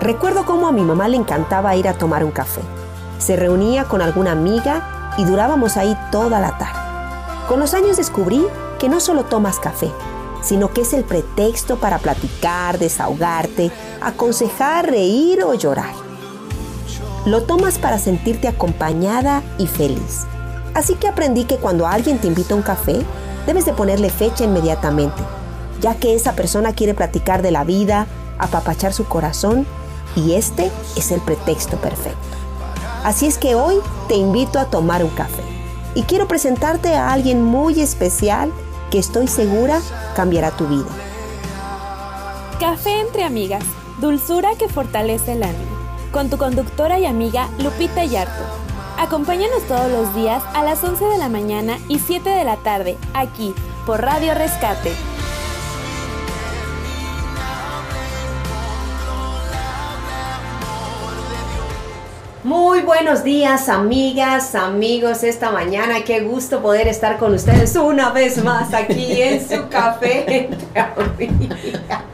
Recuerdo cómo a mi mamá le encantaba ir a tomar un café. Se reunía con alguna amiga y durábamos ahí toda la tarde. Con los años descubrí que no solo tomas café, sino que es el pretexto para platicar, desahogarte, aconsejar, reír o llorar. Lo tomas para sentirte acompañada y feliz. Así que aprendí que cuando alguien te invita a un café, debes de ponerle fecha inmediatamente, ya que esa persona quiere platicar de la vida, apapachar su corazón, y este es el pretexto perfecto. Así es que hoy te invito a tomar un café y quiero presentarte a alguien muy especial que estoy segura cambiará tu vida. Café entre amigas, dulzura que fortalece el ánimo, con tu conductora y amiga Lupita Yarto. Acompáñanos todos los días a las 11 de la mañana y 7 de la tarde, aquí por Radio Rescate. Muy buenos días, amigas, amigos, esta mañana. Qué gusto poder estar con ustedes una vez más aquí en su café entre amigas.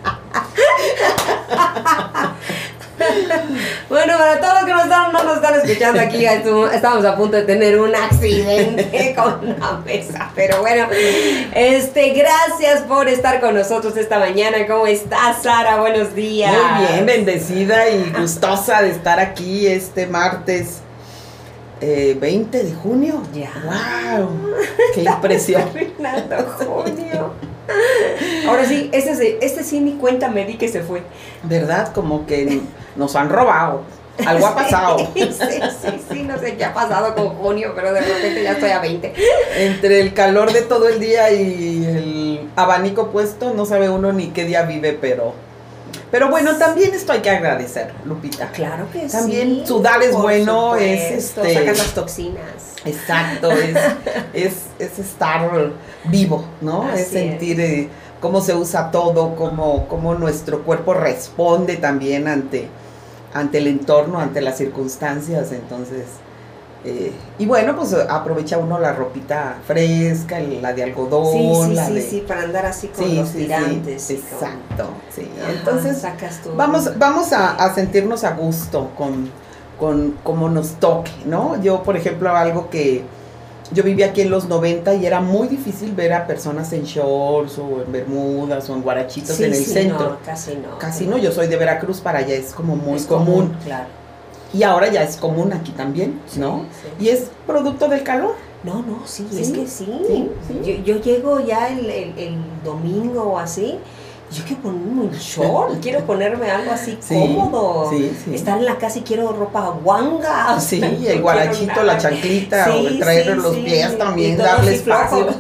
Bueno, para todos los que no nos están escuchando aquí, estamos a punto de tener un accidente con una mesa, pero bueno, gracias por estar con nosotros esta mañana. ¿Cómo estás, Sara? Buenos días. Muy bien, bendecida y gustosa de estar aquí este martes 20 de junio. Ya. ¡Wow! ¡Qué impresión! Terminando junio. Ahora sí, este sí ni cuenta me di que se fue. ¿Verdad? Como que nos han robado. Algo ha pasado. Sí, no sé qué ha pasado con junio, pero de repente ya estoy a 20. Entre el calor de todo el día y el abanico puesto, no sabe uno ni qué día vive, pero bueno, también esto hay que agradecer, Lupita. Claro que sí. También sudar es bueno, supuesto, es sacan las toxinas. Exacto, es estar vivo, ¿no? Así es sentir cómo se usa todo, cómo nuestro cuerpo responde también ante el entorno, ante las circunstancias. Entonces, y bueno, pues aprovecha uno la ropita fresca, la de algodón. Sí, para andar así con los tirantes. Sí, exacto, sí. Ajá, entonces, sacas tú. vamos a sentirnos a gusto con como nos toque, ¿no? Yo, por ejemplo, yo vivía aquí en los 90 y era muy difícil ver a personas en shorts o en bermudas o en guarachitos en el centro. No, casi no. Yo soy de Veracruz, para allá es como muy común. Claro. Y ahora ya es común aquí también, ¿no? Sí. Y es producto del calor. No, es que sí. Yo llego ya el domingo o así. Yo quiero ponerme un short, quiero ponerme algo así cómodo. Sí. Estar en la casa y quiero ropa guanga. Sí, el guarachito, la chanclita, o traer los pies también, darle espacio.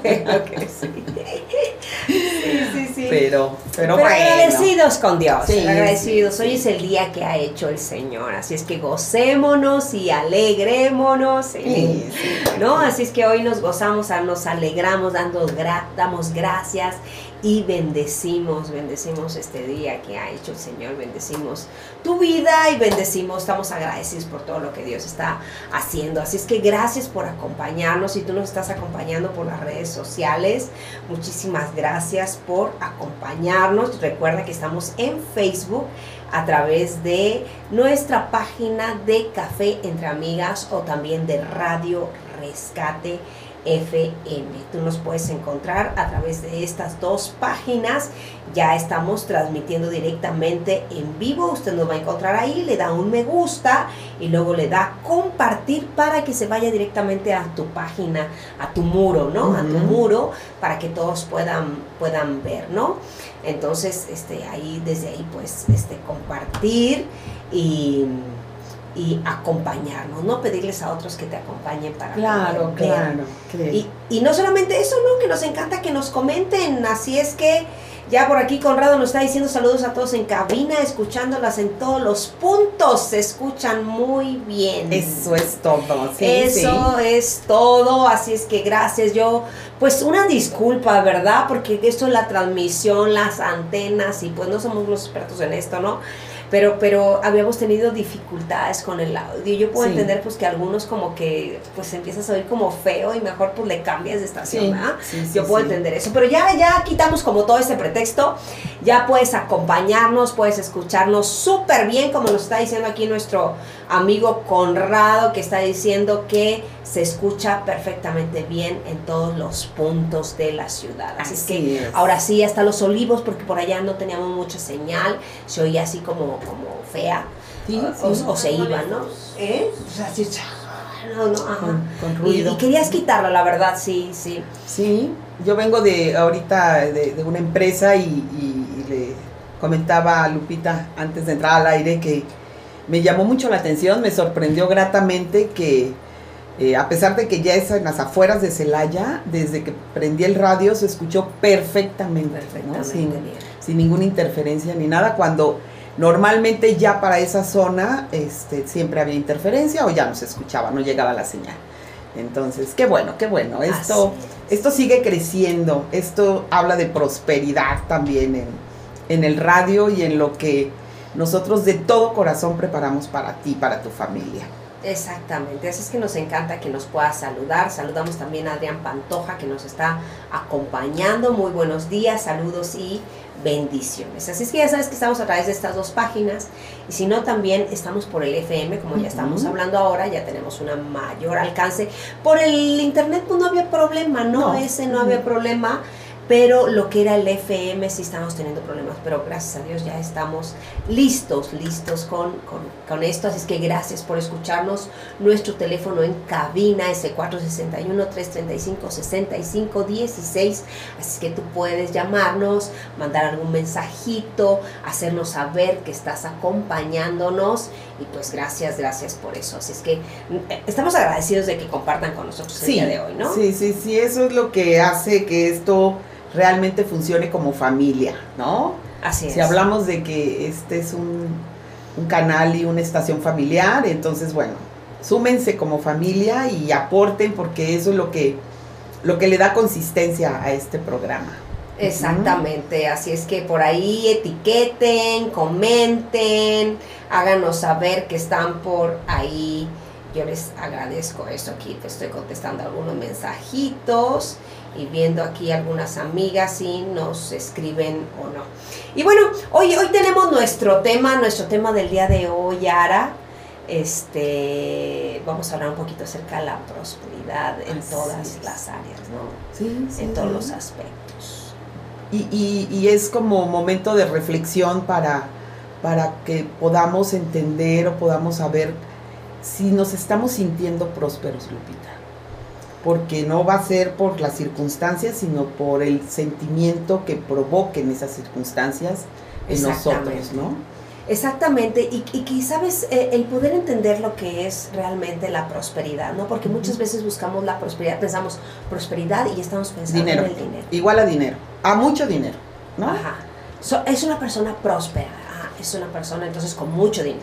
Sí. Pero bueno. Agradecidos con Dios, agradecidos. Sí. Hoy es el día que ha hecho el Señor, así es que gocémonos y alegrémonos, Sí. ¿no? Así es que hoy nos gozamos, nos alegramos, damos gracias y bendecimos este día que ha hecho el Señor, bendecimos tu vida y estamos agradecidos por todo lo que Dios está haciendo. Así es que gracias por acompañarnos. Si tú nos estás acompañando por las redes sociales, muchísimas gracias por acompañarnos. Recuerda que estamos en Facebook a través de nuestra página de Café Entre Amigas o también de Radio Rescate FM. Tú nos puedes encontrar a través de estas dos páginas. Ya estamos transmitiendo directamente en vivo. Usted nos va a encontrar ahí, le da un me gusta y luego le da compartir para que se vaya directamente a tu página, a tu muro, ¿no? A tu muro, para que todos puedan ver, ¿no? Entonces, desde ahí, pues, compartir y acompañarnos, no pedirles a otros que te acompañen para Claro. Y no solamente eso, ¿no? Que nos encanta que nos comenten, así es que ya por aquí Conrado nos está diciendo saludos a todos en cabina, escuchándolas en todos los puntos, se escuchan muy bien. Eso es todo. Eso es todo, así es que gracias. Yo, pues una disculpa, ¿verdad? Porque esto es la transmisión, las antenas y pues no somos los expertos en esto, ¿no? Pero habíamos tenido dificultades con el audio. Yo puedo entender pues que algunos como que pues empiezas a oír como feo y mejor pues le cambias de estación, ¿verdad? Yo puedo entender eso, pero ya quitamos como todo ese pretexto. ya puedes acompañarnos, puedes escucharnos súper bien, como nos está diciendo aquí nuestro amigo Conrado, que está diciendo que se escucha perfectamente bien en todos los puntos de la ciudad. Así es que ahora sí, hasta Los Olivos, porque por allá no teníamos mucha señal, se oía así como fea, o se iba, ¿no? O sea, así, con ruido. Y querías quitarlo, la verdad, sí. Sí, yo vengo ahorita de una empresa y le comentaba a Lupita antes de entrar al aire que me llamó mucho la atención, me sorprendió gratamente que a pesar de que ya es en las afueras de Celaya, desde que prendí el radio se escuchó perfectamente, ¿no? Sin ninguna interferencia ni nada, cuando normalmente ya para esa zona siempre había interferencia o ya no se escuchaba, no llegaba la señal. Entonces, qué bueno. Esto sigue creciendo, esto habla de prosperidad también en el radio y en lo que nosotros de todo corazón preparamos para ti, para tu familia. Exactamente, así es que nos encanta que nos puedas saludar. Saludamos también a Adrián Pantoja, que nos está acompañando. Muy buenos días, saludos y bendiciones. Así es que ya sabes que estamos a través de estas dos páginas, y si no, también estamos por el FM, como ya estamos hablando ahora, ya tenemos una mayor alcance. Por el internet pues no había problema, no había problema, pero lo que era el FM sí estamos teniendo problemas, pero gracias a Dios ya estamos listos con esto, así es que gracias por escucharnos. Nuestro teléfono en cabina es el 461-335-6516, así es que tú puedes llamarnos, mandar algún mensajito, hacernos saber que estás acompañándonos, y pues gracias por eso. Así es que estamos agradecidos de que compartan con nosotros el día de hoy, ¿no? Sí, eso es lo que hace que esto realmente funcione como familia, ¿no? Así es. Si hablamos de que este es un canal y una estación familiar, entonces bueno, súmense como familia y aporten, porque eso es lo que le da consistencia a este programa. Exactamente, así es que por ahí etiqueten, comenten, háganos saber que están por ahí. Yo les agradezco eso. Aquí te estoy contestando algunos mensajitos y viendo aquí algunas amigas si nos escriben o no. Y bueno, hoy tenemos nuestro tema del día de hoy, Ara. Vamos a hablar un poquito acerca de la prosperidad en todas las áreas, ¿no? Sí, en todos los aspectos. Y es como momento de reflexión para que podamos entender o podamos saber si nos estamos sintiendo prósperos, Lupita. Porque no va a ser por las circunstancias, sino por el sentimiento que provoquen esas circunstancias en nosotros, ¿no? Exactamente, y que sabes, el poder entender lo que es realmente la prosperidad, ¿no? Porque muchas veces buscamos la prosperidad, pensamos prosperidad y estamos pensando en el dinero. Igual a dinero, a mucho dinero, ¿no? Ajá. Es una persona próspera, es una persona entonces con mucho dinero.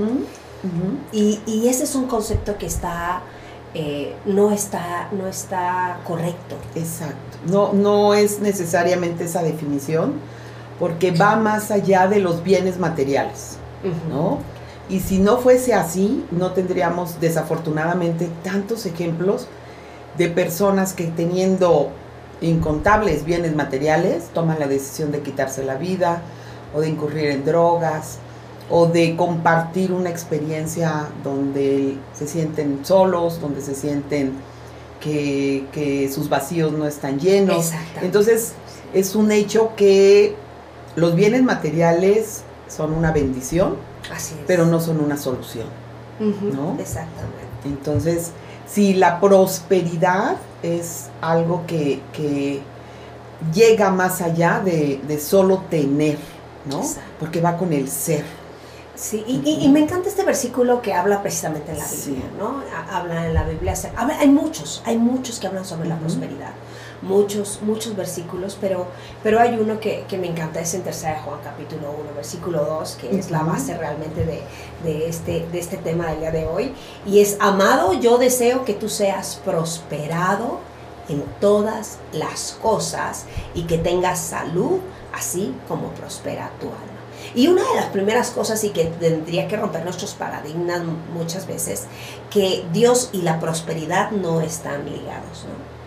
Y ese es un concepto que no está correcto. Exacto, no es necesariamente esa definición, porque va más allá de los bienes materiales, ¿no? Y si no fuese así, no tendríamos desafortunadamente tantos ejemplos de personas que, teniendo incontables bienes materiales, toman la decisión de quitarse la vida o de incurrir en drogas o de compartir una experiencia donde se sienten solos, donde se sienten que sus vacíos no están llenos. Entonces es un hecho que los bienes materiales son una bendición, pero no son una solución, ¿no? Exactamente. Entonces, si la prosperidad es algo que llega más allá de solo tener, ¿no? Porque va con el ser. Sí, y me encanta este versículo que habla precisamente en la Biblia, ¿no? Habla en la Biblia, hay muchos que hablan sobre la prosperidad. Muchos versículos, pero hay uno que me encanta, es en 3 Juan capítulo 1, versículo 2, que es la base realmente de este tema del día de hoy, y es: amado, yo deseo que tú seas prosperado en todas las cosas y que tengas salud, así como prospera tu alma. Y una de las primeras cosas, y que tendría que romper nuestros paradigmas muchas veces, que Dios y la prosperidad no están ligados, ¿no?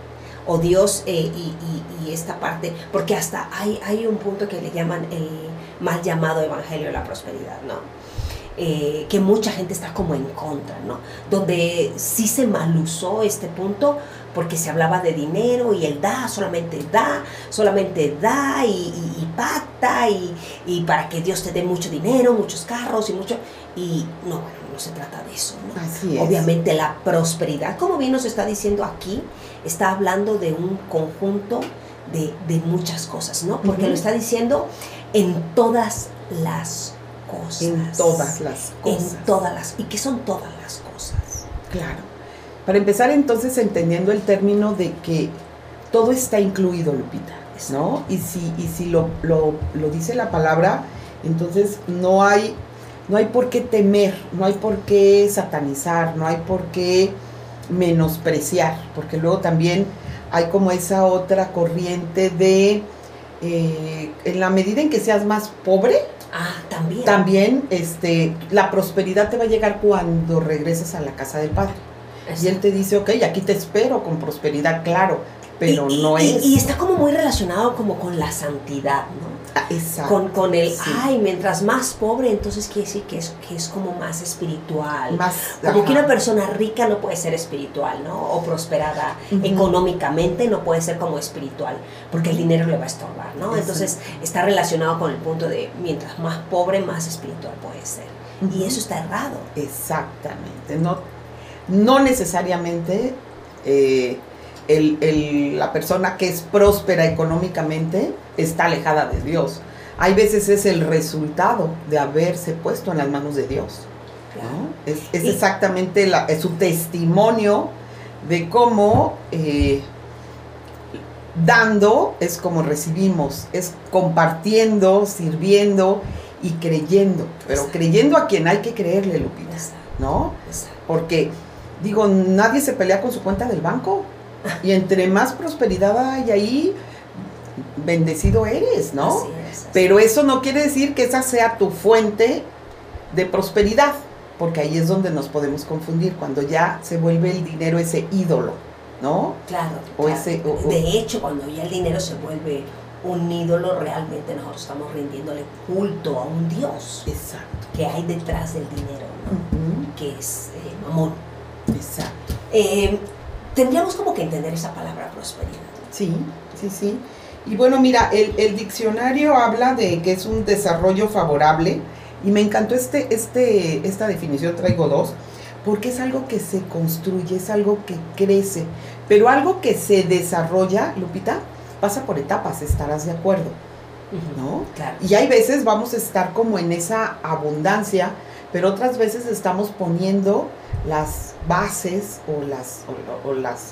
o Dios y esta parte, porque hasta hay un punto que le llaman el mal llamado evangelio de la prosperidad, ¿no? Que mucha gente está como en contra, ¿no? Donde sí se malusó este punto porque se hablaba de dinero y el solamente da y pacta y para que Dios te dé mucho dinero, muchos carros y no, bueno, no se trata de eso, ¿no? Así es. Obviamente la prosperidad, como bien nos está diciendo aquí, está hablando de un conjunto de muchas cosas, ¿no? Porque lo está diciendo en todas las cosas. En todas las cosas. ¿Y qué son todas las cosas? Claro. Para empezar, entonces, entendiendo el término de que todo está incluido, Lupita, ¿no? Y si lo dice la palabra, entonces no hay por qué temer, no hay por qué satanizar, no hay por qué menospreciar, porque luego también hay como esa otra corriente de, en la medida en que seas más pobre, también la prosperidad te va a llegar cuando regreses a la casa del Padre. Y Él te dice, ok, aquí te espero con prosperidad, claro, pero no es... Y está como muy relacionado como con la santidad, ¿no? Exacto. Con el, mientras más pobre, entonces quiere decir que es como más espiritual. Como que una persona rica no puede ser espiritual, ¿no? O prosperada económicamente no puede ser como espiritual, porque el dinero le va a estorbar, ¿no? Entonces está relacionado con el punto de mientras más pobre, más espiritual puede ser. Y eso está errado. Exactamente. No necesariamente la persona que es próspera económicamente está alejada de Dios. Hay veces es el resultado de haberse puesto en las manos de Dios, ¿no? Es exactamente su testimonio de cómo dando es como recibimos, es compartiendo, sirviendo y creyendo, pero creyendo a quien hay que creerle, Lupita, ¿no? Porque digo, nadie se pelea con su cuenta del banco. Y entre más prosperidad hay ahí, bendecido eres, ¿no? Así es. Pero eso no quiere decir que esa sea tu fuente de prosperidad, porque ahí es donde nos podemos confundir, cuando ya se vuelve el dinero ese ídolo, ¿no? Claro. De hecho, cuando ya el dinero se vuelve un ídolo, realmente nosotros estamos rindiéndole culto a un Dios. Exacto. Que hay detrás del dinero, ¿no? Que es Mamón. Exacto. Tendríamos como que entender esa palabra prosperidad. Sí. Y bueno, mira, el diccionario habla de que es un desarrollo favorable, y me encantó esta definición, traigo dos, porque es algo que se construye, es algo que crece, pero algo que se desarrolla, Lupita, pasa por etapas, estarás de acuerdo, ¿no? Claro. Y hay veces vamos a estar como en esa abundancia, pero otras veces estamos poniendo las bases o las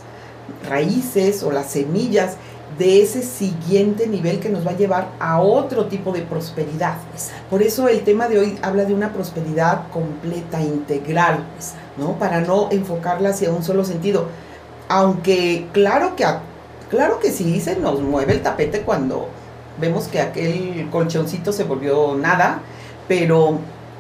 raíces o las semillas de ese siguiente nivel que nos va a llevar a otro tipo de prosperidad. Exacto. Por eso el tema de hoy habla de una prosperidad completa, integral, ¿no? Para no enfocarla hacia un solo sentido. Aunque claro que sí se nos mueve el tapete cuando vemos que aquel colchoncito se volvió nada, pero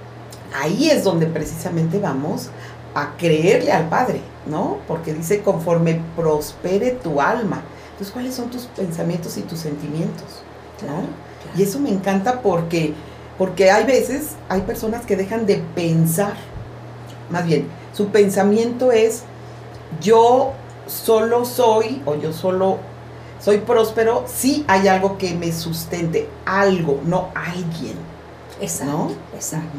ahí es donde precisamente vamos a creerle al Padre, ¿no? Porque dice, conforme prospere tu alma. Entonces, ¿cuáles son tus pensamientos y tus sentimientos? ¿No? Claro. Y eso me encanta porque hay veces, hay personas que dejan de pensar, más bien, su pensamiento es, yo solo soy, o yo solo soy próspero si hay algo que me sustente, algo, no alguien. Exacto, ¿no? Exacto.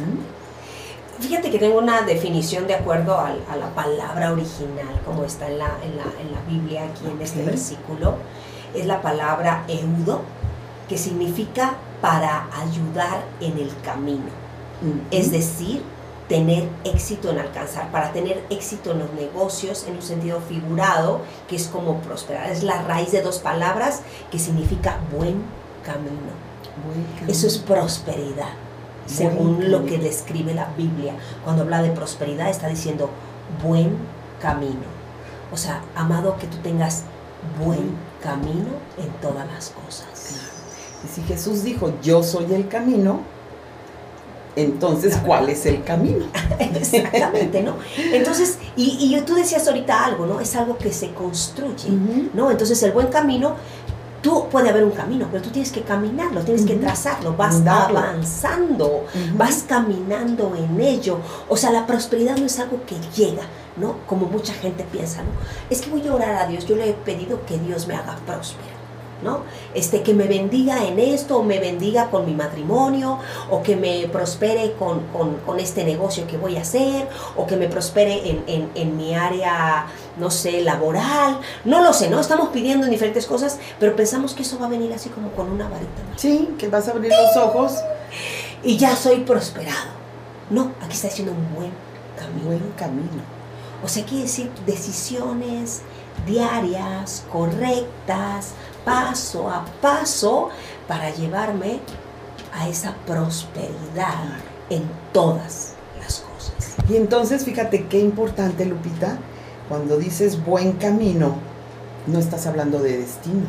Fíjate que tengo una definición de acuerdo a la palabra original, como está en la Biblia, aquí en este versículo. Es la palabra eudo, que significa para ayudar en el camino. Es decir, tener éxito en alcanzar, para tener éxito en los negocios, en un sentido figurado, que es como prosperar. Es la raíz de dos palabras que significa buen camino. Eso es prosperidad. Según lo que describe la Biblia, cuando habla de prosperidad está diciendo buen camino. O sea, amado, que tú tengas buen camino en todas las cosas. Y si Jesús dijo, yo soy el camino, Entonces, ¿cuál es el camino? Exactamente, ¿no? Entonces, y tú decías ahorita algo, ¿no? Es algo que se construye, ¿no? Entonces, el buen camino, puede haber un camino, pero tú tienes que caminarlo, tienes que trazarlo, vas avanzando, vas caminando en ello. O sea, la prosperidad no es algo que llega, ¿no? Como mucha gente piensa, ¿no? Es que voy a orar a Dios, yo le he pedido que Dios me haga próspero, ¿no? Que me bendiga en esto, o me bendiga con mi matrimonio, o que me prospere con este negocio que voy a hacer, o que me prospere en mi área, no sé, laboral. No lo sé, ¿no? Estamos pidiendo diferentes cosas, pero pensamos que eso va a venir así como con una varita, ¿no? Sí, que vas a abrir los ojos. Y ya soy prosperado. No, aquí está diciendo un buen camino. Buen camino. O sea, quiere decir decisiones diarias, correctas, paso a paso, para llevarme a esa prosperidad en todas las cosas. Y entonces, fíjate qué importante, Lupita, cuando dices buen camino, no estás hablando de destino.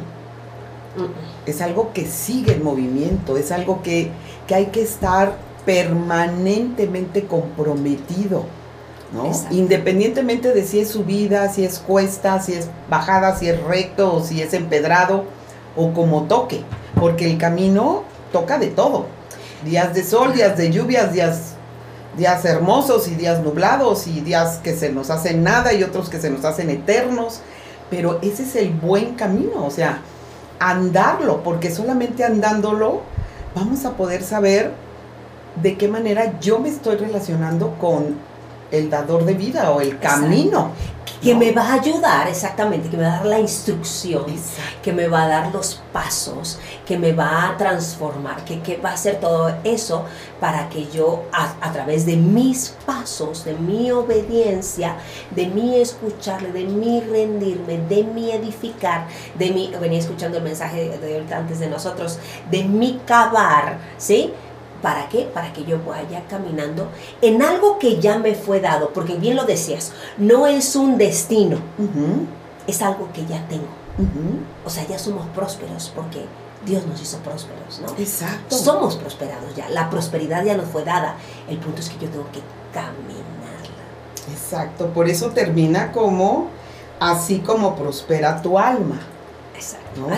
Es algo que sigue en movimiento, es algo que hay que estar permanentemente comprometido, ¿no? Independientemente de si es subida, si es cuesta, si es bajada, si es recto o si es empedrado o como toque, porque el camino toca de todo. Días de sol, días de lluvias, días hermosos y días nublados y días que se nos hacen nada y otros que se nos hacen eternos, pero ese es el buen camino, o sea, andarlo, porque solamente andándolo vamos a poder saber de qué manera yo me estoy relacionando con el dador de vida o el camino. Que me va a ayudar, exactamente, que me va a dar la instrucción, que me va a dar los pasos, que me va a transformar, que va a hacer todo eso para que yo, a través de mis pasos, de mi obediencia, de mi escucharle, de mi rendirme, de mi edificar, de mi, venía escuchando el mensaje de ahorita antes de nosotros, de mi cavar, ¿sí? ¿Para qué? Para que yo vaya caminando en algo que ya me fue dado, porque bien lo decías, no es un destino, es algo que ya tengo. O sea, ya somos prósperos porque Dios nos hizo prósperos, ¿no? Exacto. Somos prosperados ya, la prosperidad ya nos fue dada, el punto es que yo tengo que caminarla. Exacto, por eso termina como, así como prospera tu alma. Exacto, ¿no?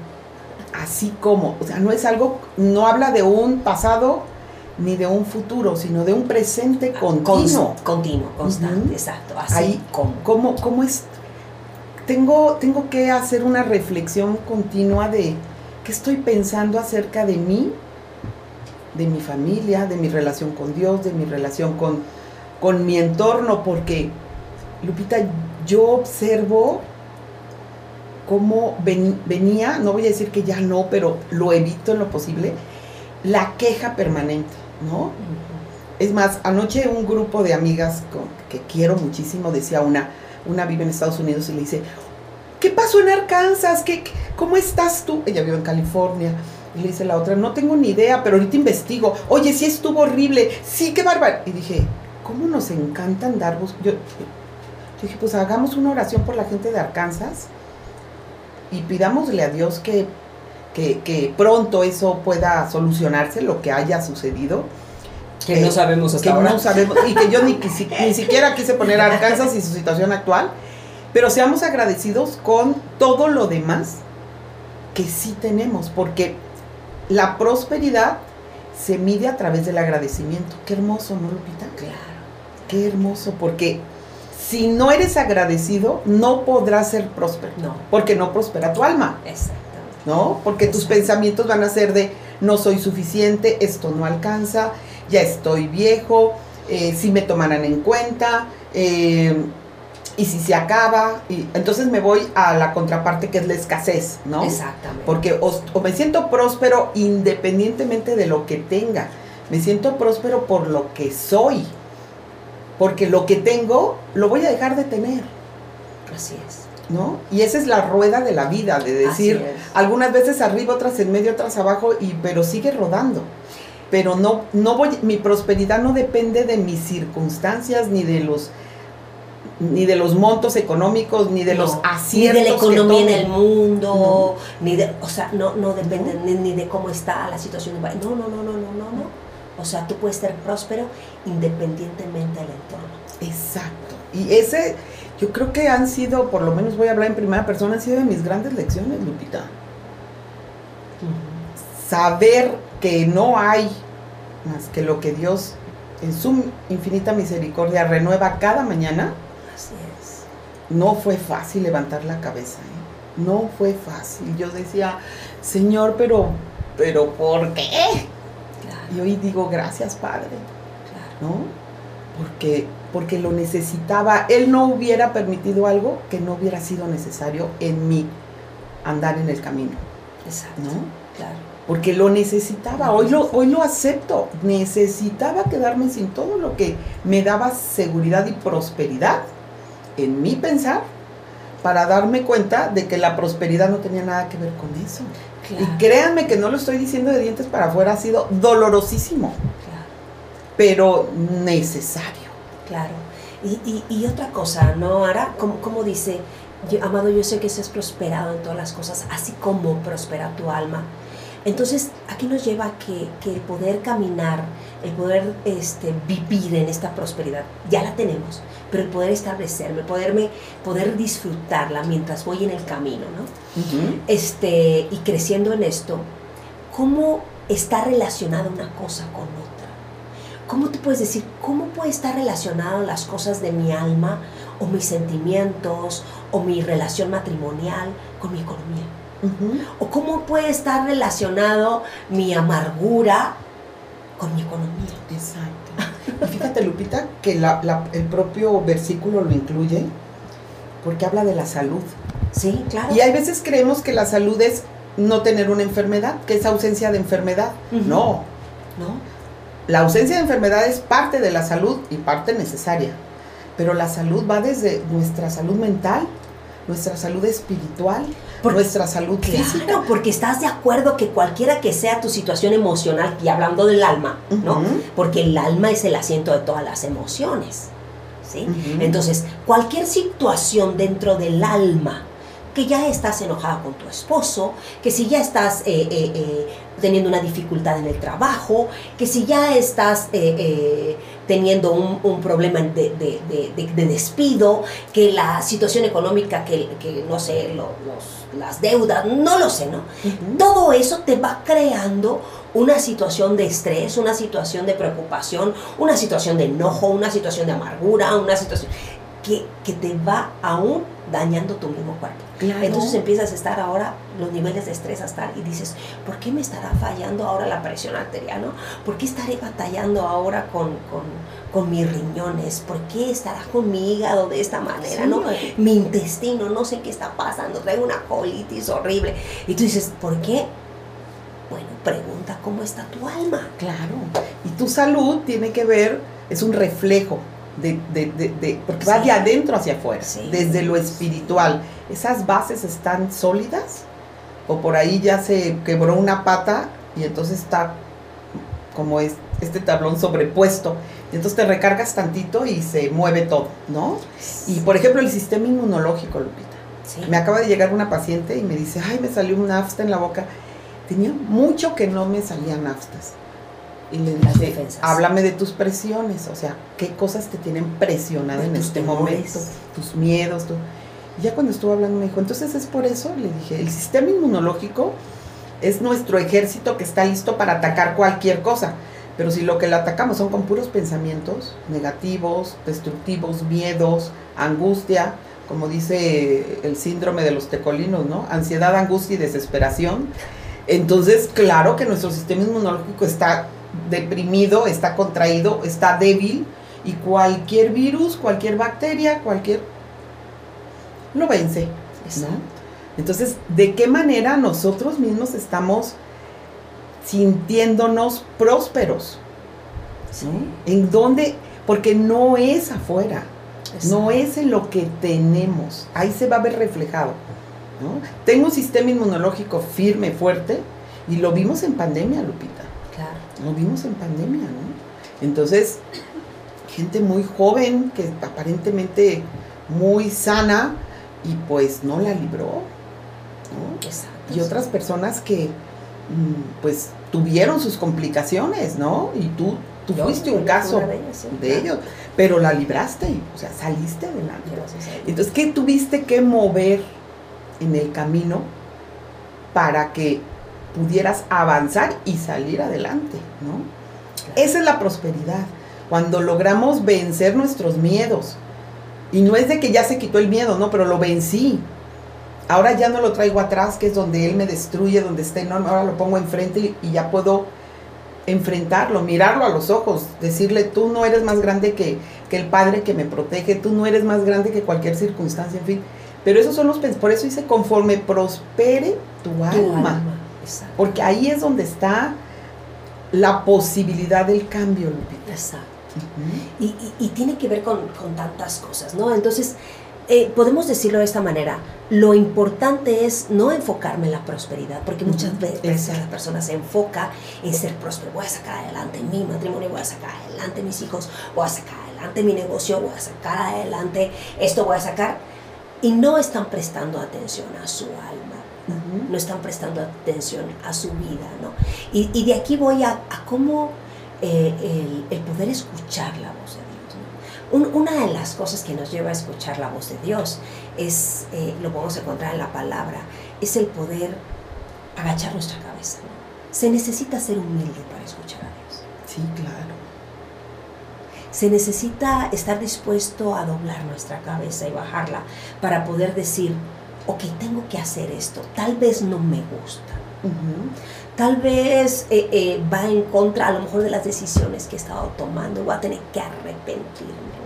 Así como, o sea, no es algo, no habla de un pasado ni de un futuro, sino de un presente continuo. Continuo, constante, exacto. Así ahí, ¿cómo es? Tengo que hacer una reflexión continua de qué estoy pensando acerca de mí, de mi familia, de mi relación con Dios, de mi relación con mi entorno, porque, Lupita, yo observo cómo venía, no voy a decir que ya no, pero lo evito en lo posible, la queja permanente, ¿no? Es más, anoche un grupo de amigas que quiero muchísimo, decía una vive en Estados Unidos y le dice, ¿qué pasó en Arkansas? ¿Cómo estás tú? Ella vive en California. Y le dice la otra, no tengo ni idea, pero ahorita investigo. Oye, sí estuvo horrible, sí, qué bárbaro. Y dije, ¿cómo nos encanta andar yo dije, pues hagamos una oración por la gente de Arkansas y pidámosle a Dios que pronto eso pueda solucionarse, lo que haya sucedido. Que no sabemos hasta ahora. No sabemos, y que yo ni siquiera quise poner a Arkansas y su situación actual, pero seamos agradecidos con todo lo demás que sí tenemos, porque la prosperidad se mide a través del agradecimiento. Qué hermoso, ¿no, Lupita? Claro. Qué hermoso, porque si no eres agradecido, no podrás ser próspero. No. Porque no prospera tu alma. Exactamente. ¿No? Porque tus pensamientos van a ser de, no soy suficiente, esto no alcanza, ya estoy viejo, si me tomarán en cuenta, y si se acaba. Entonces me voy a la contraparte, que es la escasez, ¿no? Exactamente. Porque o me siento próspero independientemente de lo que tenga. Me siento próspero por lo que soy. Porque lo que tengo, lo voy a dejar de tener. Así es. ¿No? Y esa es la rueda de la vida, de decir, algunas veces arriba, otras en medio, otras abajo, pero sigue rodando. Pero mi prosperidad no depende de mis circunstancias, ni de los montos económicos, ni de los aciertos. Ni de la economía en el mundo, ni de, o sea, no depende ni de cómo está la situación. No. O sea, tú puedes ser próspero independientemente del entorno. Exacto. Y ese, yo creo que han sido, por lo menos voy a hablar en primera persona, han sido de mis grandes lecciones, Lupita. Saber que no hay más que lo que Dios en su infinita misericordia renueva cada mañana. Así es. No fue fácil levantar la cabeza, ¿eh? No fue fácil. Yo decía, Señor, pero ¿por qué? Claro. Y hoy digo, gracias, Padre, Claro. ¿no? Porque lo necesitaba. Él no hubiera permitido algo que no hubiera sido necesario en mí andar en el camino, Exacto. ¿no? Claro. Porque lo necesitaba. Hoy lo acepto. Necesitaba quedarme sin todo lo que me daba seguridad y prosperidad en mi pensar, para darme cuenta de que la prosperidad no tenía nada que ver con eso. Claro. Y créanme que no lo estoy diciendo de dientes para afuera, ha sido dolorosísimo, Claro. pero necesario. Claro. Y otra cosa, ¿no? Ahora, como dice, amado, yo sé que seas prosperado en todas las cosas, así como prospera tu alma. Entonces, aquí nos lleva que el poder caminar, el poder vivir en esta prosperidad, ya la tenemos, pero el poder establecerme, poder disfrutarla mientras voy en el camino, ¿no? Uh-huh. Y creciendo en esto, ¿cómo está relacionada una cosa con otra? ¿Cómo tú puedes decir, cómo puede estar relacionado las cosas de mi alma, o mis sentimientos, o mi relación matrimonial con mi economía? Uh-huh. ¿O cómo puede estar relacionado mi amargura con mi economía? Exacto. Y fíjate, Lupita, que el propio versículo lo incluye, porque habla de la salud. Sí, claro. Y hay veces creemos que la salud es no tener una enfermedad, que es ausencia de enfermedad. Uh-huh. No. ¿No? La ausencia de enfermedad es parte de la salud y parte necesaria. Pero la salud va desde nuestra salud mental, nuestra salud espiritual, nuestra salud física. Claro, porque estás de acuerdo que cualquiera que sea tu situación emocional, y hablando del alma, ¿no? Uh-huh. Porque el alma es el asiento de todas las emociones, ¿sí? Uh-huh. Entonces, cualquier situación dentro del alma, que ya estás enojada con tu esposo, que si ya estás teniendo una dificultad en el trabajo, que si ya estás teniendo un problema de despido, que la situación económica, que no sé, las deudas, no lo sé, ¿no? Uh-huh. Todo eso te va creando una situación de estrés, una situación de preocupación, una situación de enojo, una situación de amargura, una situación que te va aún dañando tu mismo cuerpo. Claro. Entonces empiezas a estar ahora, los niveles de estrés a estar, y dices, ¿por qué me estará fallando ahora la presión arterial, no? ¿Por qué estaré batallando ahora con mis riñones? ¿Por qué estará con mi hígado de esta manera, Sí, no? Mi intestino, no sé qué está pasando, traigo una colitis horrible. Y tú dices, ¿por qué? Bueno, pregunta cómo está tu alma. Claro. Y tu salud tiene que ver, es un reflejo porque va de adentro hacia afuera, Sí. desde lo espiritual. ¿Esas bases están sólidas? ¿O por ahí ya se quebró una pata y entonces está como este tablón sobrepuesto? Y entonces te recargas tantito y se mueve todo, ¿no? Y por ejemplo, el sistema inmunológico, Lupita. Sí. Me acaba de llegar una paciente y me dice, ay, me salió una afta en la boca. Tenía mucho que no me salían aftas. Y le Las dije, defensas. háblame de tus presiones, o sea, qué cosas te tienen presionada De en tus este temores. momento, tus miedos. Y ya cuando estuvo hablando me dijo, entonces es por eso, le dije, el sistema inmunológico es nuestro ejército que está listo para atacar cualquier cosa, pero si lo que le atacamos son con puros pensamientos negativos, destructivos, miedos, angustia, como dice el síndrome de los tecolinos, ¿no? Ansiedad, angustia y desesperación. Entonces, claro que nuestro sistema inmunológico está deprimido, está contraído, está débil, y cualquier virus, cualquier bacteria, lo vence, ¿no? Entonces, ¿de qué manera nosotros mismos estamos sintiéndonos prósperos? ¿No? ¿En dónde? Porque no es afuera, no es en lo que tenemos, ahí se va a ver reflejado, ¿no? Tengo un sistema inmunológico firme, fuerte, y lo vimos en pandemia, Lupita. Claro. Lo vimos en pandemia, ¿no? Entonces, gente muy joven, que aparentemente muy sana, y pues no la libró, ¿no? Exacto. Y otras personas que pues tuvieron sus complicaciones, ¿no? Y tú Yo fuiste un fui caso una de ellas, sí, de claro. ellos, pero la libraste, o sea, saliste adelante. Gracias a Dios. Entonces, ¿qué tuviste que mover en el camino para que pudieras avanzar y salir adelante, ¿no? Claro. Esa es la prosperidad, cuando logramos vencer nuestros miedos. Y no es de que ya se quitó el miedo, no, pero lo vencí. Ahora ya no lo traigo atrás, que es donde él me destruye, donde está enorme. Ahora lo pongo enfrente y ya puedo enfrentarlo, mirarlo a los ojos, decirle, tú no eres más grande que el Padre que me protege, tú no eres más grande que cualquier circunstancia, en fin. Pero esos son por eso dice, conforme prospere tu alma. Exacto. Porque ahí es donde está la posibilidad del cambio, Lupita. Exacto. Uh-huh. Y tiene que ver con tantas cosas, ¿no? Entonces, podemos decirlo de esta manera, lo importante es no enfocarme en la prosperidad, porque muchas veces la persona se enfoca en ser próspero. Voy a sacar adelante mi matrimonio, voy a sacar adelante mis hijos, voy a sacar adelante mi negocio, voy a sacar adelante esto, voy a sacar... Y no están prestando atención a su alma, ¿no? No están prestando atención a su vida, ¿no? Y de aquí voy a cómo el poder escuchar la voz de Dios, ¿no? Una de las cosas que nos lleva a escuchar la voz de Dios es, lo podemos encontrar en la palabra, es el poder agachar nuestra cabeza, ¿no? Se necesita ser humilde para escuchar a Dios. Sí, claro. Se necesita estar dispuesto a doblar nuestra cabeza y bajarla para poder decir, ok, tengo que hacer esto, tal vez no me gusta, tal vez va en contra a lo mejor de las decisiones que he estado tomando, voy a tener que arrepentirme,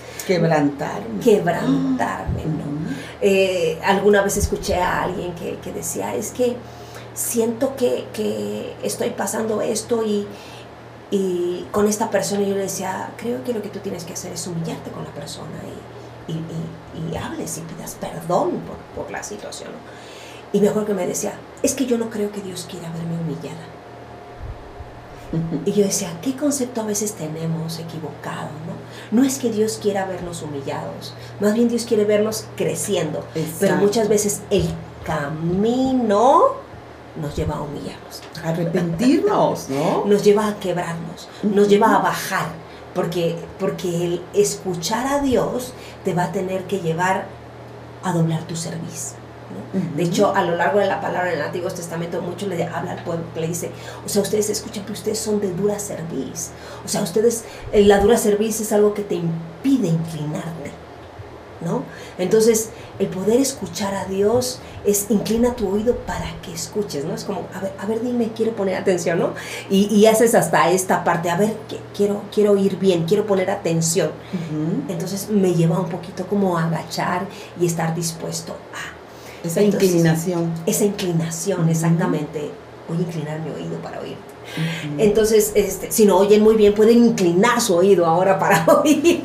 ¿no? Quebrantarme, ¿no? Alguna vez escuché a alguien que decía, es que siento que estoy pasando esto y con esta persona, yo le decía, creo que lo que tú tienes que hacer es humillarte con la persona y hables y pidas perdón por la situación, ¿no? Y me acuerdo que me decía, es que yo no creo que Dios quiera verme humillada. Y yo decía, ¿qué concepto a veces tenemos equivocado, ¿no? No es que Dios quiera vernos humillados, más bien Dios quiere vernos creciendo. Exacto. Pero muchas veces el camino nos lleva a humillarnos, a arrepentirnos, ¿no? Nos lleva a quebrarnos, nos lleva a bajar, porque el escuchar a Dios te va a tener que llevar a doblar tu cerviz, ¿no? De hecho, a lo largo de la palabra en el Antiguo Testamento, mucho le habla al pueblo, le dice, o sea, ustedes escuchan que ustedes son de dura cerviz, o sea, la dura cerviz es algo que te impide inclinarte, ¿no? Entonces, el poder escuchar a Dios es inclina tu oído para que escuches, ¿no? Es como, a ver, dime, quiero poner atención, ¿no? Y haces hasta esta parte, a ver, quiero oír bien, quiero poner atención. Entonces, me lleva un poquito como a agachar y estar dispuesto a... Esa inclinación. Esa inclinación, exactamente. Voy a inclinar mi oído para oír. Entonces, si no oyen muy bien, pueden inclinar su oído ahora para oír.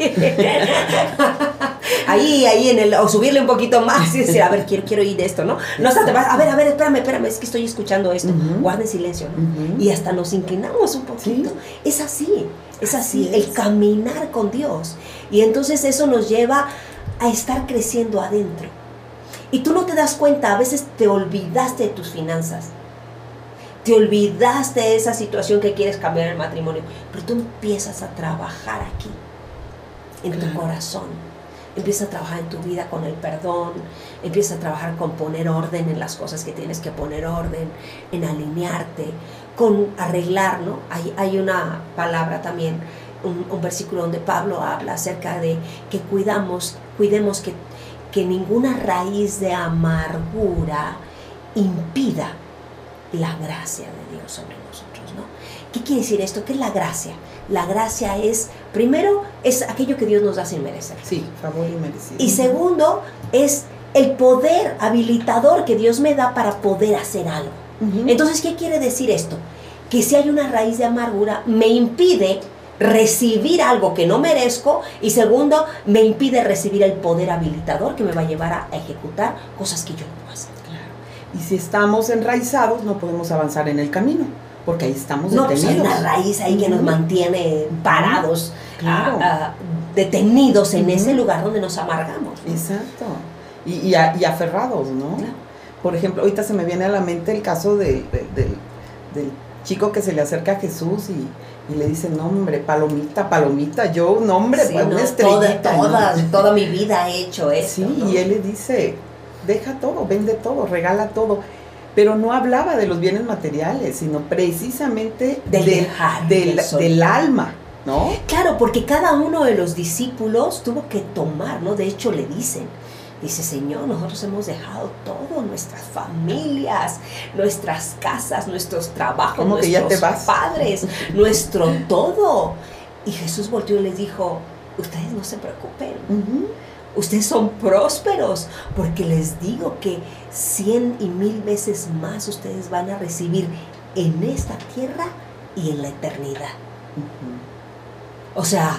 ahí o subirle un poquito más y decir, a ver, quiero oír esto, ¿no? No, hasta te vas, a ver, espérame, es que estoy escuchando esto. Guarden silencio, ¿no? Y hasta nos inclinamos un poquito. ¿Sí? Es así, el caminar con Dios. Y entonces eso nos lleva a estar creciendo adentro. Y tú no te das cuenta, a veces te olvidaste de tus finanzas. Te olvidaste de esa situación que quieres cambiar en el matrimonio, pero tú empiezas a trabajar aquí, en tu corazón. Empiezas a trabajar en tu vida con el perdón, empiezas a trabajar con poner orden en las cosas que tienes que poner orden, en alinearte, con arreglar, ¿no? Hay una palabra también, un versículo donde Pablo habla acerca de que cuidemos que ninguna raíz de amargura impida la gracia de Dios sobre nosotros, ¿no? ¿Qué quiere decir esto? ¿Qué es la gracia? La gracia es, primero, es aquello que Dios nos da sin merecer. Sí, favor inmerecido. Y segundo, es el poder habilitador que Dios me da para poder hacer algo. Entonces, ¿qué quiere decir esto? Que si hay una raíz de amargura, me impide recibir algo que no merezco, y segundo, me impide recibir el poder habilitador que me va a llevar a ejecutar cosas que yo no puedo hacer. Y si estamos enraizados, no podemos avanzar en el camino, porque ahí estamos detenidos. No, pues hay una raíz ahí que nos mantiene parados, detenidos en ese lugar donde nos amargamos, ¿no? Exacto. Y aferrados, ¿no? Claro. Por ejemplo, ahorita se me viene a la mente el caso del chico que se le acerca a Jesús y le dice, no hombre, palomita, yo, no hombre, Sí, una no, estrellita. toda mi vida he hecho eso. Sí, ¿no? y él le dice, deja todo, vende todo, regala todo. Pero no hablaba de los bienes materiales, sino precisamente del alma, ¿no? Claro, porque cada uno de los discípulos tuvo que tomar, ¿no? De hecho le dice, Señor, nosotros hemos dejado todo, nuestras familias, nuestras casas, nuestros trabajos, ¿Cómo que ya te vas? padres, nuestro todo. Y Jesús volteó y les dijo, ustedes no se preocupen. Ustedes son prósperos, porque les digo que 100 y 1000 veces más ustedes van a recibir en esta tierra y en la eternidad. O sea,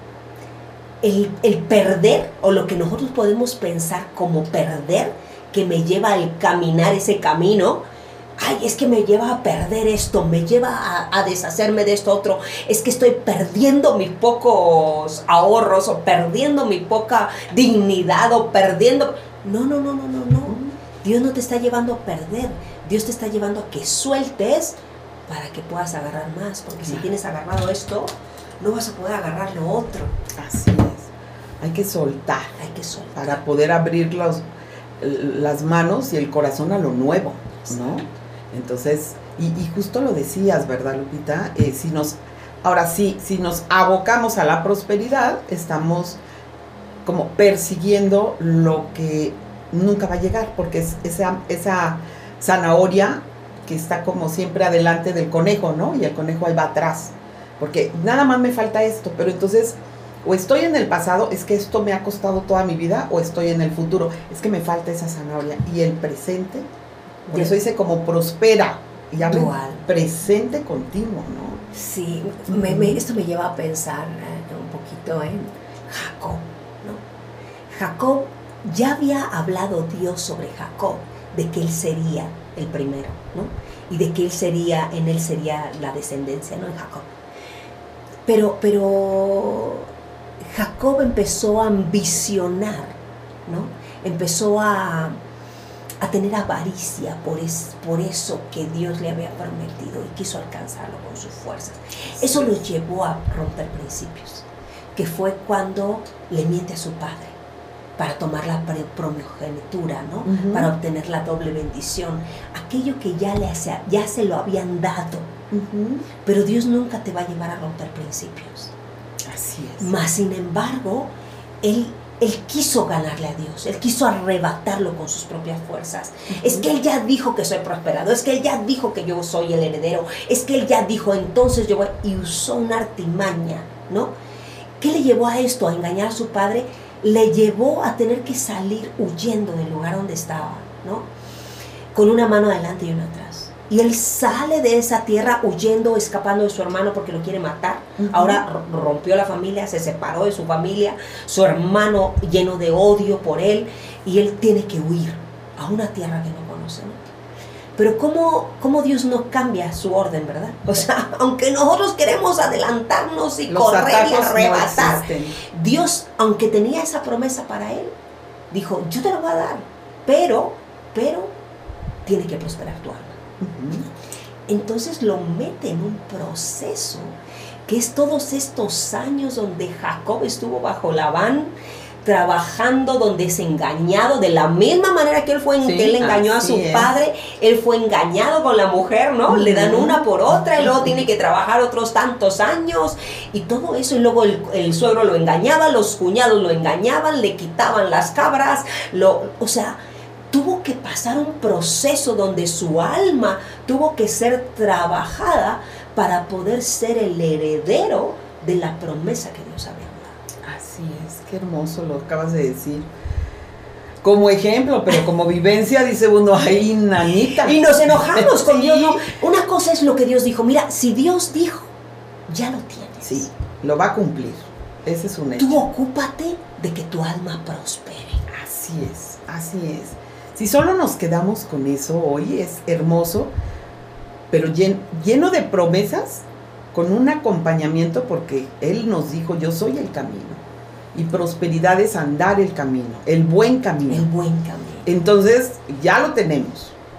el perder, o lo que nosotros podemos pensar como perder, que me lleva al caminar ese camino, ay, es que me lleva a perder esto, me lleva a deshacerme de esto otro, es que estoy perdiendo mis pocos ahorros, o perdiendo mi poca dignidad, o perdiendo... No. Dios no te está llevando a perder, Dios te está llevando a que sueltes para que puedas agarrar más, porque si tienes agarrado esto, no vas a poder agarrar lo otro. Así es, hay que soltar. Para poder abrir las manos y el corazón a lo nuevo, ¿no? Entonces, y justo lo decías, ¿verdad, Lupita? Si nos abocamos a la prosperidad, estamos como persiguiendo lo que nunca va a llegar, porque es esa zanahoria que está como siempre adelante del conejo, ¿no? Y el conejo ahí va atrás, porque nada más me falta esto, pero entonces o estoy en el pasado, es que esto me ha costado toda mi vida, o estoy en el futuro, es que me falta esa zanahoria, y el presente, por eso dice como prospera, y habla presente continuo, ¿no? Sí, esto me lleva a pensar un poquito en Jacob, ¿no? Jacob, ya había hablado Dios sobre Jacob, de que él sería el primero, ¿no? Y de que en él sería la descendencia, ¿no? En Jacob. Pero Jacob empezó a ambicionar, ¿no? Empezó a tener avaricia por eso que Dios le había prometido, y quiso alcanzarlo con sus fuerzas. Eso lo llevó a romper principios, que fue cuando le miente a su padre para tomar la primogenitura, ¿no? Para obtener la doble bendición, aquello que ya se lo habían dado. Pero Dios nunca te va a llevar a romper principios. Así es. Mas, sin embargo, él quiso ganarle a Dios, él quiso arrebatarlo con sus propias fuerzas. Es que él ya dijo que soy prosperado, es que él ya dijo que yo soy el heredero, es que él ya dijo, entonces yo voy, y usó una artimaña, ¿no? ¿Qué le llevó a esto? A engañar a su padre. Le llevó a tener que salir huyendo del lugar donde estaba, ¿no? Con una mano adelante y una atrás. Y él sale de esa tierra huyendo, escapando de su hermano porque lo quiere matar. Ahora rompió la familia, se separó de su familia, su hermano lleno de odio por él, y él tiene que huir a una tierra que no conoce, ¿no? Pero ¿cómo Dios no cambia su orden, verdad? O sea, aunque nosotros queremos adelantarnos y correr y arrebatar, no, Dios, aunque tenía esa promesa para él, dijo, yo te lo voy a dar, pero tiene que prosperar tu alma. Entonces lo mete en un proceso que es todos estos años donde Jacob estuvo bajo Labán, trabajando, donde es engañado de la misma manera que él fue, que él engañó a su padre. Él fue engañado con la mujer, ¿no? Le dan una por otra, y luego tiene que trabajar otros tantos años y todo eso, y luego el suegro lo engañaba, los cuñados lo engañaban, le quitaban las cabras, o sea, tuvo que pasar un proceso donde su alma tuvo que ser trabajada para poder ser el heredero de la promesa que Dios había dado. Así es, qué hermoso lo acabas de decir. Como ejemplo, pero como vivencia, dice uno, ay, nanita. Y nos enojamos con Dios, ¿no? Una cosa es lo que Dios dijo. Mira, si Dios dijo, ya lo tienes. Sí, lo va a cumplir. Ese es un hecho. Tú ocúpate de que tu alma prospere. Así es, así es. Si solo nos quedamos con eso hoy, es hermoso, pero lleno de promesas, con un acompañamiento, porque Él nos dijo, yo soy el camino. Y prosperidad es andar el camino, el buen camino. El buen camino. Entonces, ya lo tenemos.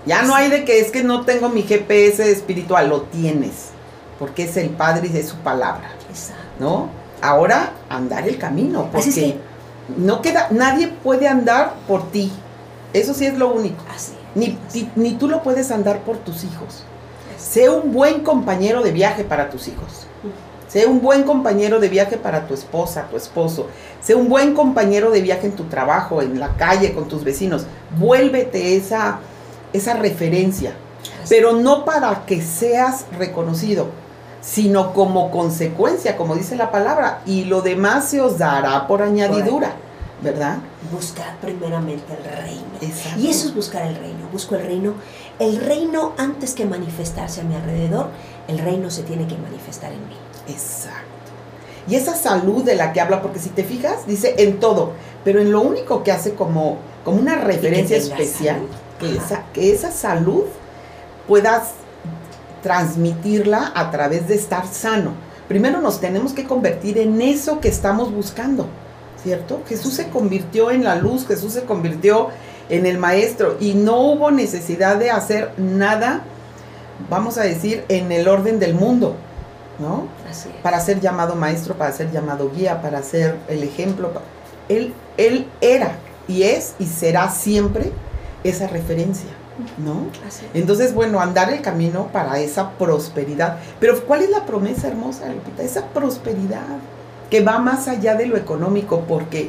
Ya no hay de que es que no tengo mi GPS espiritual, lo tienes, porque es el Padre y es su palabra. Exacto. ¿No? Ahora, andar el camino, porque Así es que, no queda, nadie puede andar por ti. Eso sí es lo único. así es. Ni tú lo puedes andar por tus hijos. Sé un buen compañero de viaje para tus hijos. Sé un buen compañero de viaje para tu esposa, tu esposo. Sé un buen compañero de viaje en tu trabajo, en la calle, con tus vecinos. Vuélvete esa referencia. Pero no para que seas reconocido, sino como consecuencia, como dice la palabra. Y lo demás se os dará por añadidura, ¿verdad? Buscar primeramente el reino. Exacto. Y eso es buscar el reino. Busco el reino. El reino, antes que manifestarse a mi alrededor, el reino se tiene que manifestar en mí. Exacto. Y esa salud de la que habla, porque si te fijas, dice en todo, pero en lo único que hace como una referencia especial, que esa salud puedas transmitirla a través de estar sano. Primero nos tenemos que convertir en eso que estamos buscando, ¿cierto? Jesús se convirtió en la luz, Jesús se convirtió en el maestro y no hubo necesidad de hacer nada, vamos a decir, en el orden del mundo, ¿no? Así es. Para ser llamado maestro, para ser llamado guía, para ser el ejemplo. Él era y es y será siempre esa referencia, ¿no? Así es. Entonces, bueno, andar el camino para esa prosperidad. Pero ¿cuál es la promesa hermosa, Lupita? Esa prosperidad que va más allá de lo económico, porque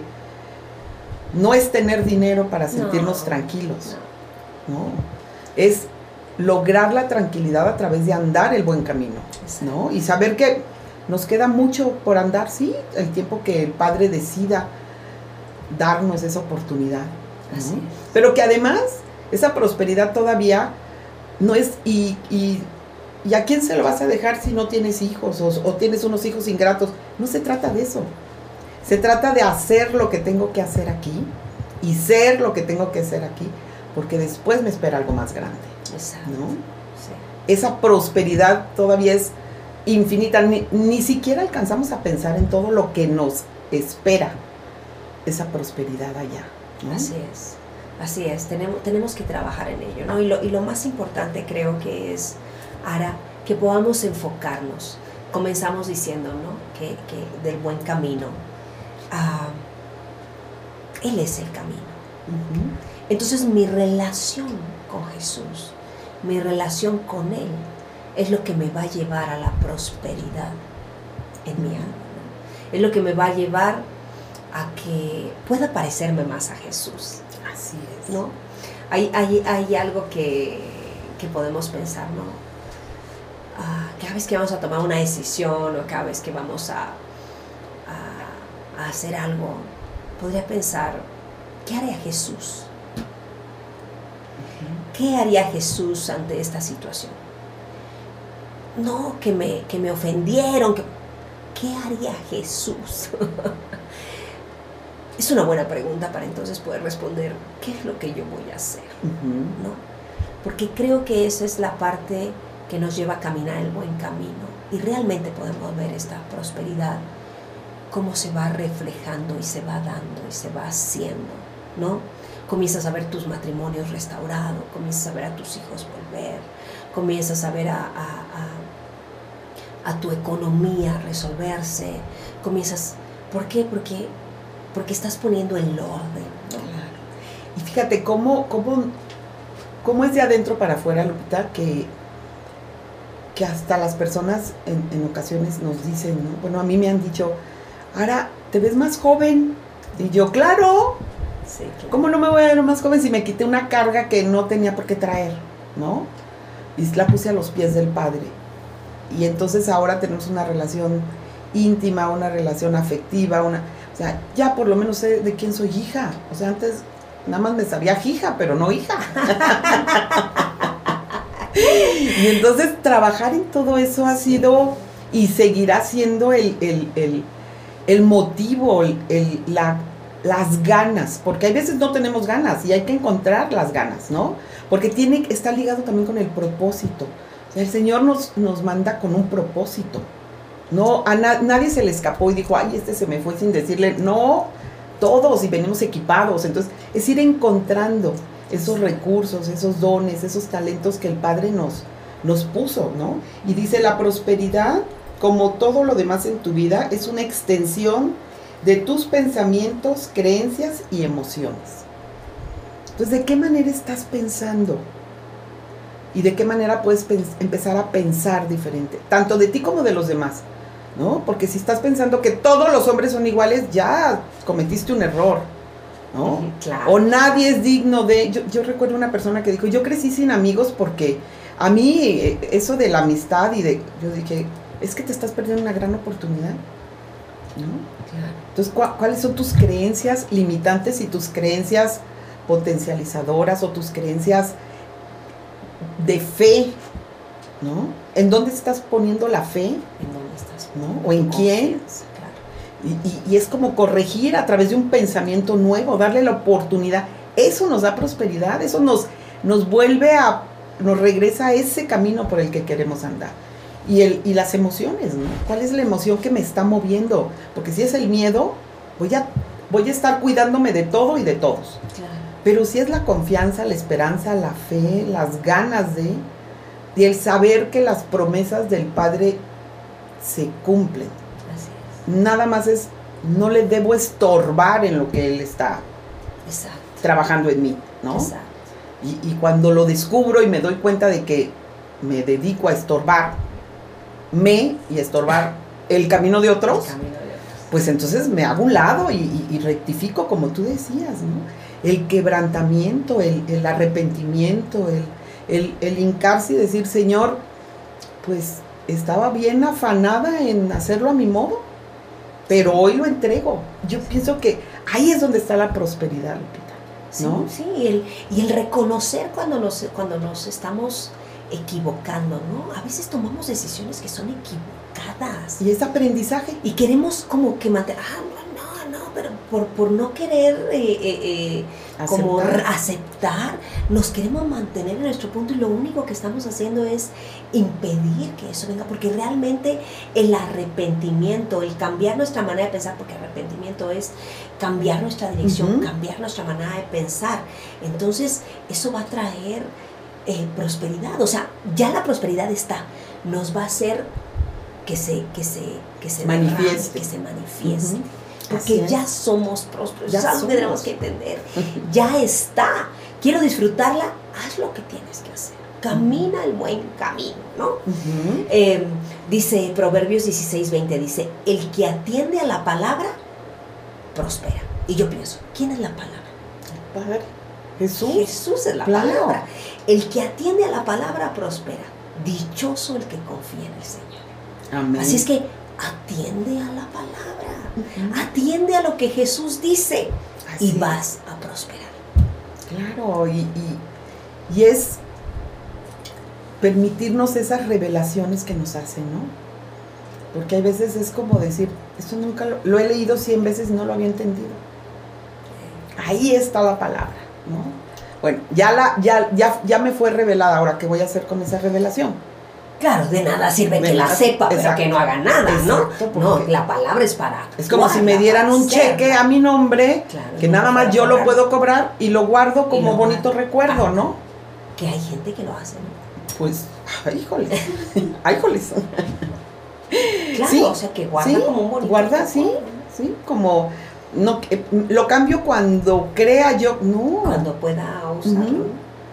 no es tener dinero para sentirnos tranquilos, ¿no? Es lograr la tranquilidad a través de andar el buen camino, ¿no? Y saber que nos queda mucho por andar, sí, el tiempo que el Padre decida darnos esa oportunidad, ¿no? Así es. Pero que además esa prosperidad todavía no es, y a quién se lo vas a dejar si no tienes hijos o tienes unos hijos ingratos. No se trata de eso. Se trata de hacer lo que tengo que hacer aquí y ser lo que tengo que hacer aquí, porque después me espera algo más grande. Exacto. ¿No? Sí. Esa prosperidad todavía es infinita. Ni siquiera alcanzamos a pensar en todo lo que nos espera esa prosperidad allá, ¿no? Así es. Así es. Tenemos que trabajar en ello, ¿no? Y lo más importante creo que es, Ara, que podamos enfocarnos. Comenzamos diciendo, ¿no? Que del buen camino. Él es el camino. Uh-huh. Entonces mi relación con Jesús, mi relación con Él, es lo que me va a llevar a la prosperidad en mi alma, ¿no? Es lo que me va a llevar a que pueda parecerme más a Jesús. Así es. ¿No? Hay algo que podemos pensar, ¿no? Cada vez que vamos a tomar una decisión o cada vez que vamos a hacer algo, podría pensar, ¿qué haría Jesús? ¿Qué haría Jesús ante esta situación? No, que me ofendieron. ¿Qué haría Jesús? Es una buena pregunta para entonces poder responder, ¿qué es lo que yo voy a hacer? Uh-huh. ¿No? Porque creo que esa es la parte que nos lleva a caminar el buen camino. Y realmente podemos ver esta prosperidad, cómo se va reflejando y se va dando y se va haciendo, ¿no? Comienzas a ver tus matrimonios restaurados, comienzas a ver a tus hijos volver, comienzas a ver a tu economía resolverse, comienzas... ¿Por qué? Porque estás poniendo el orden, ¿no? Claro. Y fíjate cómo es de adentro para afuera, Lupita, que hasta las personas en ocasiones nos dicen, ¿no? Bueno, a mí me han dicho, Ara, ¿te ves más joven? Y yo, claro. Sí, claro. ¿Cómo no me voy a ver más joven si me quité una carga que no tenía por qué traer, ¿no? Y la puse a los pies del Padre. Y entonces ahora tenemos una relación íntima, una relación afectiva, o sea, ya por lo menos sé de quién soy hija. O sea, antes nada más me sabía hija, pero no hija. Y entonces trabajar en todo eso ha sido y seguirá siendo el motivo, las ganas, porque hay veces no tenemos ganas y hay que encontrar las ganas, ¿no? Porque está ligado también con el propósito. O sea, el Señor nos manda con un propósito. No, a nadie se le escapó y dijo, ay, se me fue sin decirle, no, todos y venimos equipados. Entonces, es ir encontrando. esos recursos, esos dones, esos talentos que el Padre nos puso, ¿no? Y dice, la prosperidad, como todo lo demás en tu vida, es una extensión de tus pensamientos, creencias y emociones. Entonces, ¿de qué manera estás pensando? Y de qué manera puedes empezar a pensar diferente, tanto de ti como de los demás, ¿no? Porque si estás pensando que todos los hombres son iguales, ya cometiste un error, ¿no? Claro. O nadie es digno de... Yo recuerdo una persona que dijo, yo crecí sin amigos porque a mí eso de la amistad y de... Yo dije, es que te estás perdiendo una gran oportunidad, ¿no? Claro. Entonces, ¿cuáles son tus creencias limitantes y tus creencias potencializadoras o tus creencias de fe, ¿no? ¿En dónde estás poniendo la fe? ¿En dónde estás? ¿No? ¿O en quién? Claro. Y es como corregir a través de un pensamiento nuevo, darle la oportunidad. Eso nos da prosperidad, eso nos regresa a ese camino por el que queremos andar. Y las emociones, ¿no? ¿Cuál es la emoción que me está moviendo? Porque si es el miedo, voy a estar cuidándome de todo y de todos. Claro. Pero si es la confianza, la esperanza, la fe, las ganas y el saber que las promesas del Padre se cumplen. Así es. Nada más es, no le debo estorbar en lo que Él está Exacto. trabajando en mí, ¿no? Exacto. Y cuando lo descubro y me doy cuenta de que me dedico a estorbar y estorbar el camino de otros, pues entonces me hago un lado y rectifico, como tú decías, ¿no? El quebrantamiento, el arrepentimiento, el hincarse y decir, Señor, pues estaba bien afanada en hacerlo a mi modo, pero hoy lo entrego. Yo pienso que ahí es donde está la prosperidad, Lupita, ¿no? Sí, y el reconocer cuando nos estamos equivocando, ¿no? A veces tomamos decisiones que son equivocadas. Y es aprendizaje. Y queremos como que mantener, pero por no querer como aceptar, nos queremos mantener en nuestro punto y lo único que estamos haciendo es impedir que eso venga, porque realmente el arrepentimiento, el cambiar nuestra manera de pensar, porque arrepentimiento es cambiar nuestra dirección, cambiar nuestra manera de pensar, entonces eso va a traer prosperidad, o sea, ya la prosperidad está, nos va a hacer que se manifieste, que se manifieste. Porque ya somos prósperos, ya es algo que tenemos que entender. Ya está. Quiero disfrutarla, haz lo que tienes que hacer. Camina el buen camino, ¿no? Dice Proverbios 16:20, dice, el que atiende a la palabra, prospera. Y yo pienso, ¿quién es la palabra? El Padre. Jesús. Jesús es la palabra. El que atiende a la palabra, prospera. Dichoso el que confía en el Señor. Amén. Así es que atiende a la palabra. Atiende a lo que Jesús dice. Así y vas a prosperar. Claro, y es permitirnos esas revelaciones que nos hacen, ¿no? Porque hay veces es como decir, esto nunca lo he leído 100 veces y no lo había entendido. Ahí está la palabra, ¿no? Bueno, ya me fue revelada, ahora ¿qué voy a hacer con esa revelación? Claro, de nada sirve que la sepa, pero que no haga nada, ¿no? No, la palabra es para... Es como si me dieran un cheque a mi nombre, claro, que nada más yo lo puedo cobrar y lo guardo como bonito recuerdo, ¿no? Que hay gente que lo hace, ¿no? Pues, híjoles, híjoles. Claro, sí, o sea, que guarda como un bonito guarda, recuerdo. Sí, como... No, lo cambio cuando crea yo, no. Cuando pueda usarlo.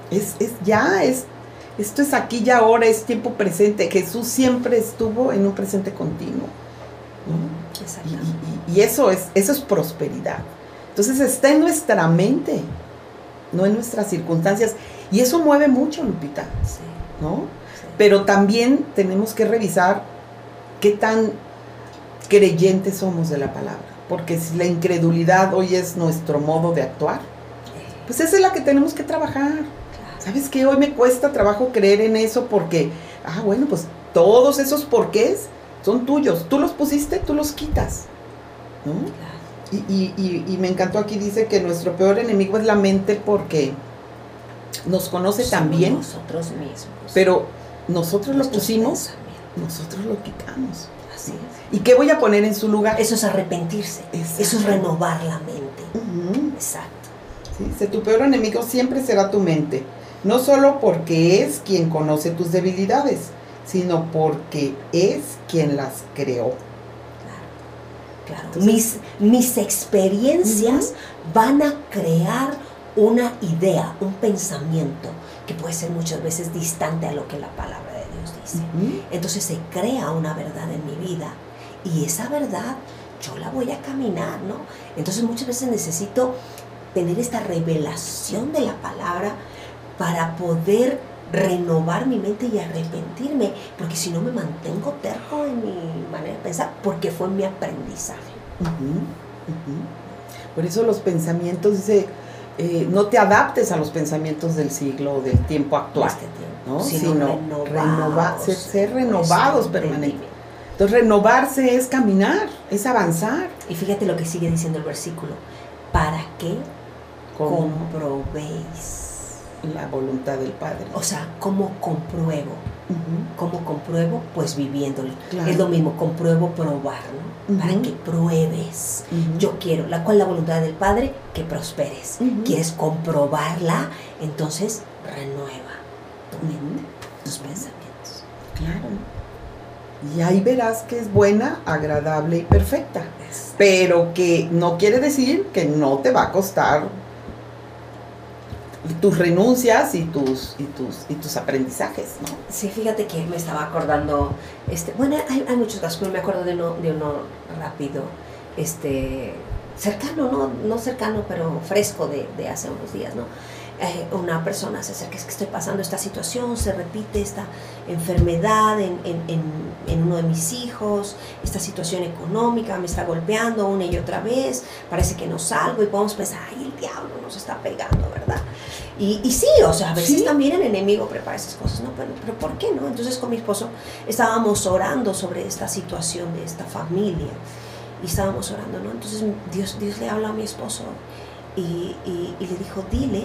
Esto es aquí y ahora, es tiempo presente. Jesús siempre estuvo en un presente continuo, ¿no? Exactamente. Y eso es prosperidad. Entonces está en nuestra mente, no en nuestras circunstancias. Y eso mueve mucho, Lupita, ¿no? Sí. Pero también tenemos que revisar qué tan creyentes somos de la palabra. Porque si la incredulidad hoy es nuestro modo de actuar, pues esa es la que tenemos que trabajar. ¿Sabes qué? Hoy me cuesta trabajo creer en eso porque, bueno, pues todos esos porqués son tuyos. Tú los pusiste, tú los quitas, ¿no? Claro. Y me encantó aquí, dice que nuestro peor enemigo es la mente porque nos conoce también. Nosotros mismos. Pero nosotros lo pusimos, nosotros lo quitamos. Así es. ¿Y qué voy a poner en su lugar? Eso es arrepentirse. Eso es renovar la mente. Exacto. ¿sí? Dice, tu peor enemigo siempre será tu mente, no solo porque es quien conoce tus debilidades, sino porque es quien las creó. Claro. Entonces, mis experiencias van a crear una idea, un pensamiento que puede ser muchas veces distante a lo que la palabra de Dios dice. Entonces se crea una verdad en mi vida y esa verdad yo la voy a caminar, ¿no? Entonces muchas veces necesito tener esta revelación de la palabra para poder renovar mi mente y arrepentirme, porque si no me mantengo terco en mi manera de pensar, porque fue mi aprendizaje. Por eso los pensamientos, dice, no te adaptes a los pensamientos del siglo o del tiempo actual, ¿no? Sino ser renovados permanentemente. Entonces renovarse es caminar, es avanzar. Y fíjate lo que sigue diciendo el versículo, para que comprobéis la voluntad del Padre. O sea, ¿cómo compruebo? ¿Cómo compruebo? Pues viviéndolo. Claro. Es lo mismo, compruebo probar, ¿no? Para que pruebes. Yo quiero, ¿cuál es la voluntad del Padre? Que prosperes. ¿Quieres comprobarla? Entonces, renueva tu mente, tus pensamientos. Claro. Y ahí verás que es buena, agradable y perfecta. Pero que no quiere decir que no te va a costar tus renuncias y tus aprendizajes, ¿no? Sí, fíjate que me estaba acordando, bueno, hay muchos casos, pero me acuerdo de uno rápido, cercano, no cercano, pero fresco de hace unos días, ¿no? Una persona se acerca, es que estoy pasando esta situación, se repite esta enfermedad en uno de mis hijos, esta situación económica me está golpeando una y otra vez, parece que no salgo y podemos pensar, ay, el diablo nos está pegando, ¿verdad? Y sí, o sea, a veces también el enemigo prepara esas cosas, ¿no? Pero ¿por qué no? Entonces con mi esposo estábamos orando sobre esta situación de esta familia y estábamos orando, ¿no? Entonces Dios le habla a mi esposo y le dijo, dile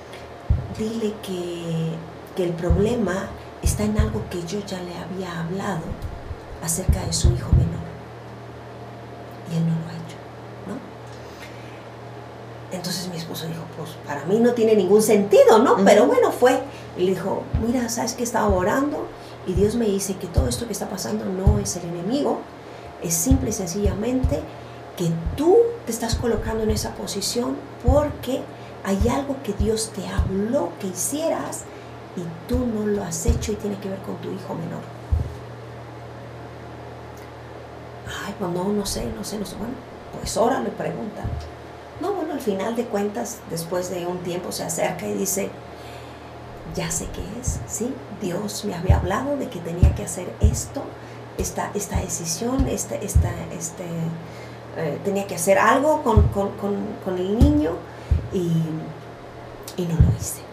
que el problema está en algo que yo ya le había hablado acerca de su hijo menor y él no lo ha hecho, ¿no? Entonces mi esposo dijo, pues para mí no tiene ningún sentido, ¿no? Pero bueno, fue y le dijo, mira, ¿sabes que estaba orando? Y Dios me dice que todo esto que está pasando no es el enemigo, es simple y sencillamente que tú te estás colocando en esa posición porque hay algo que Dios te habló que hicieras y tú no lo has hecho y tiene que ver con tu hijo menor. Ay, pues no sé. Bueno, pues órale, pregunta. No, bueno, al final de cuentas, después de un tiempo se acerca y dice, ya sé qué es, ¿sí? Dios me había hablado de que tenía que hacer esto, esta decisión, tenía que hacer algo con el niño. Y no lo hice.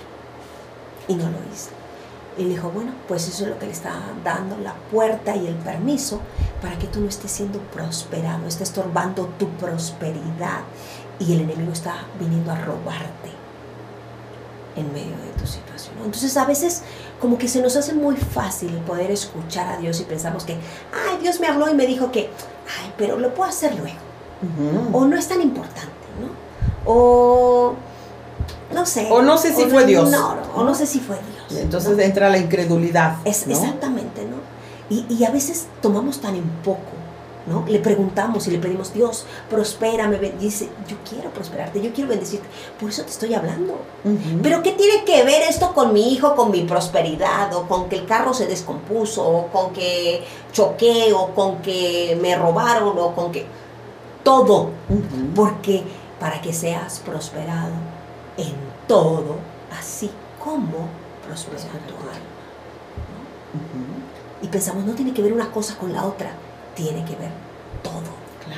Y le dijo, bueno, pues eso es lo que le está dando la puerta y el permiso para que tú no estés siendo prosperado, está estorbando tu prosperidad y el enemigo está viniendo a robarte en medio de tu situación, ¿no? Entonces a veces como que se nos hace muy fácil poder escuchar a Dios y pensamos que, ay, Dios me habló y me dijo que, ay, pero lo puedo hacer luego. O no es tan importante, ¿no? O no sé. O no sé si fue Dios. O no sé si fue Dios. Entonces entra la incredulidad, ¿no? Exactamente, ¿no? Y a veces tomamos tan en poco, ¿no? Le preguntamos y le pedimos, Dios, prospérame. Dice, yo quiero prosperarte, yo quiero bendecirte. Por eso te estoy hablando. Pero ¿qué tiene que ver esto con mi hijo, con mi prosperidad? O con que el carro se descompuso, o con que choqué, o con que me robaron, o con que... Todo. Porque para que seas prosperado en todo, así como prospera tu alma, ¿no? Y pensamos, no tiene que ver una cosa con la otra, tiene que ver todo.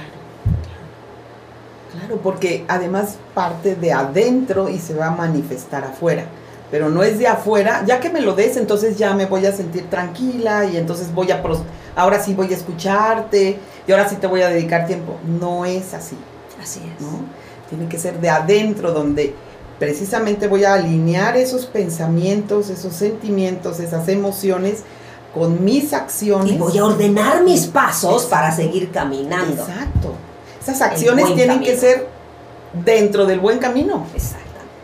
Claro, porque además parte de adentro y se va a manifestar afuera, pero no es de afuera, ya que me lo des, entonces ya me voy a sentir tranquila y entonces ahora sí voy a escucharte y ahora sí te voy a dedicar tiempo. No es así. Así es. ¿No? Tiene que ser de adentro, donde precisamente voy a alinear esos pensamientos, esos sentimientos, esas emociones con mis acciones. Y voy a ordenar mis pasos para seguir caminando. Exacto. Esas acciones tienen que ser dentro del buen camino. Exactamente.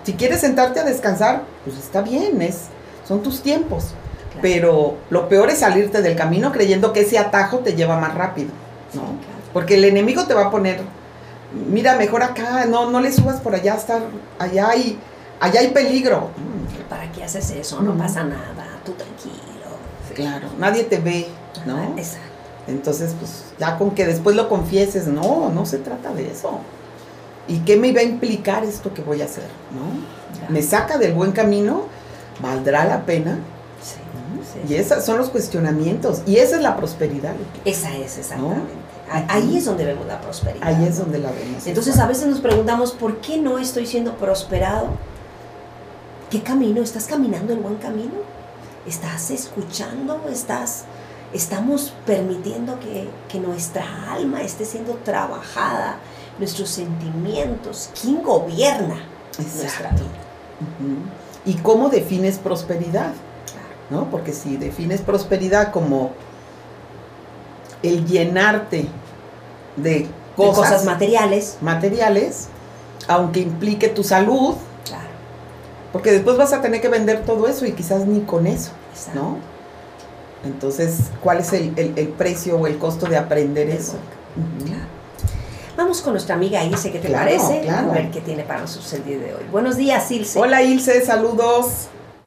Si quieres sentarte a descansar, pues está bien, son tus tiempos. Claro. Pero lo peor es salirte del camino creyendo que ese atajo te lleva más rápido, ¿no? Sí, claro. Porque el enemigo te va a poner, mira, mejor acá, no le subas por allá, allá hay peligro. ¿Para qué haces eso? No pasa nada, tú tranquilo. Sí. Claro, nadie te ve, ¿no? Ajá, exacto. Entonces, pues, ya con que después lo confieses, no se trata de eso. ¿Y qué me va a implicar esto que voy a hacer? ¿No? Claro. ¿Me saca del buen camino? ¿Valdrá la pena? Sí, sí. Y esos son los cuestionamientos. Y esa es la prosperidad. Esa es, exactamente. ¿No? Ahí es donde vemos la prosperidad. Ahí es donde la vemos. Entonces, a veces nos preguntamos, ¿por qué no estoy siendo prosperado? ¿Qué camino? ¿Estás caminando el buen camino? ¿Estás escuchando? ¿Estamos permitiendo que nuestra alma esté siendo trabajada? Nuestros sentimientos. ¿Quién gobierna nuestra vida? ¿Y cómo defines prosperidad? Claro. ¿No? Porque si defines prosperidad como el llenarte de cosas materiales, aunque implique tu salud, claro. Porque después vas a tener que vender todo eso y quizás ni con eso, exacto. ¿no? Entonces, ¿cuál es el precio o el costo de aprender eso? Claro. Vamos con nuestra amiga Ilse, ¿qué te parece? Claro. A ver qué tiene para nosotros el día de hoy. Buenos días, Ilse. Hola, Ilse, saludos.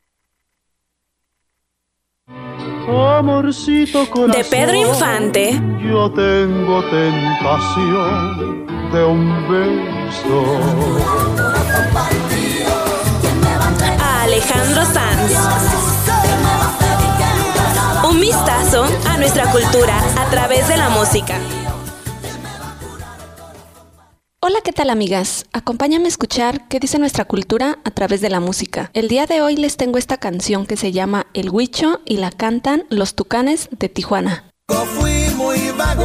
Amorcito corazón, de Pedro Infante. Yo tengo tentación de un beso. A Alejandro Sanz. Un vistazo a nuestra cultura a través de la música. Hola, ¿qué tal, amigas? Acompáñame a escuchar qué dice nuestra cultura a través de la música. El día de hoy les tengo esta canción que se llama El Huicho y la cantan Los Tucanes de Tijuana. Fui muy vago,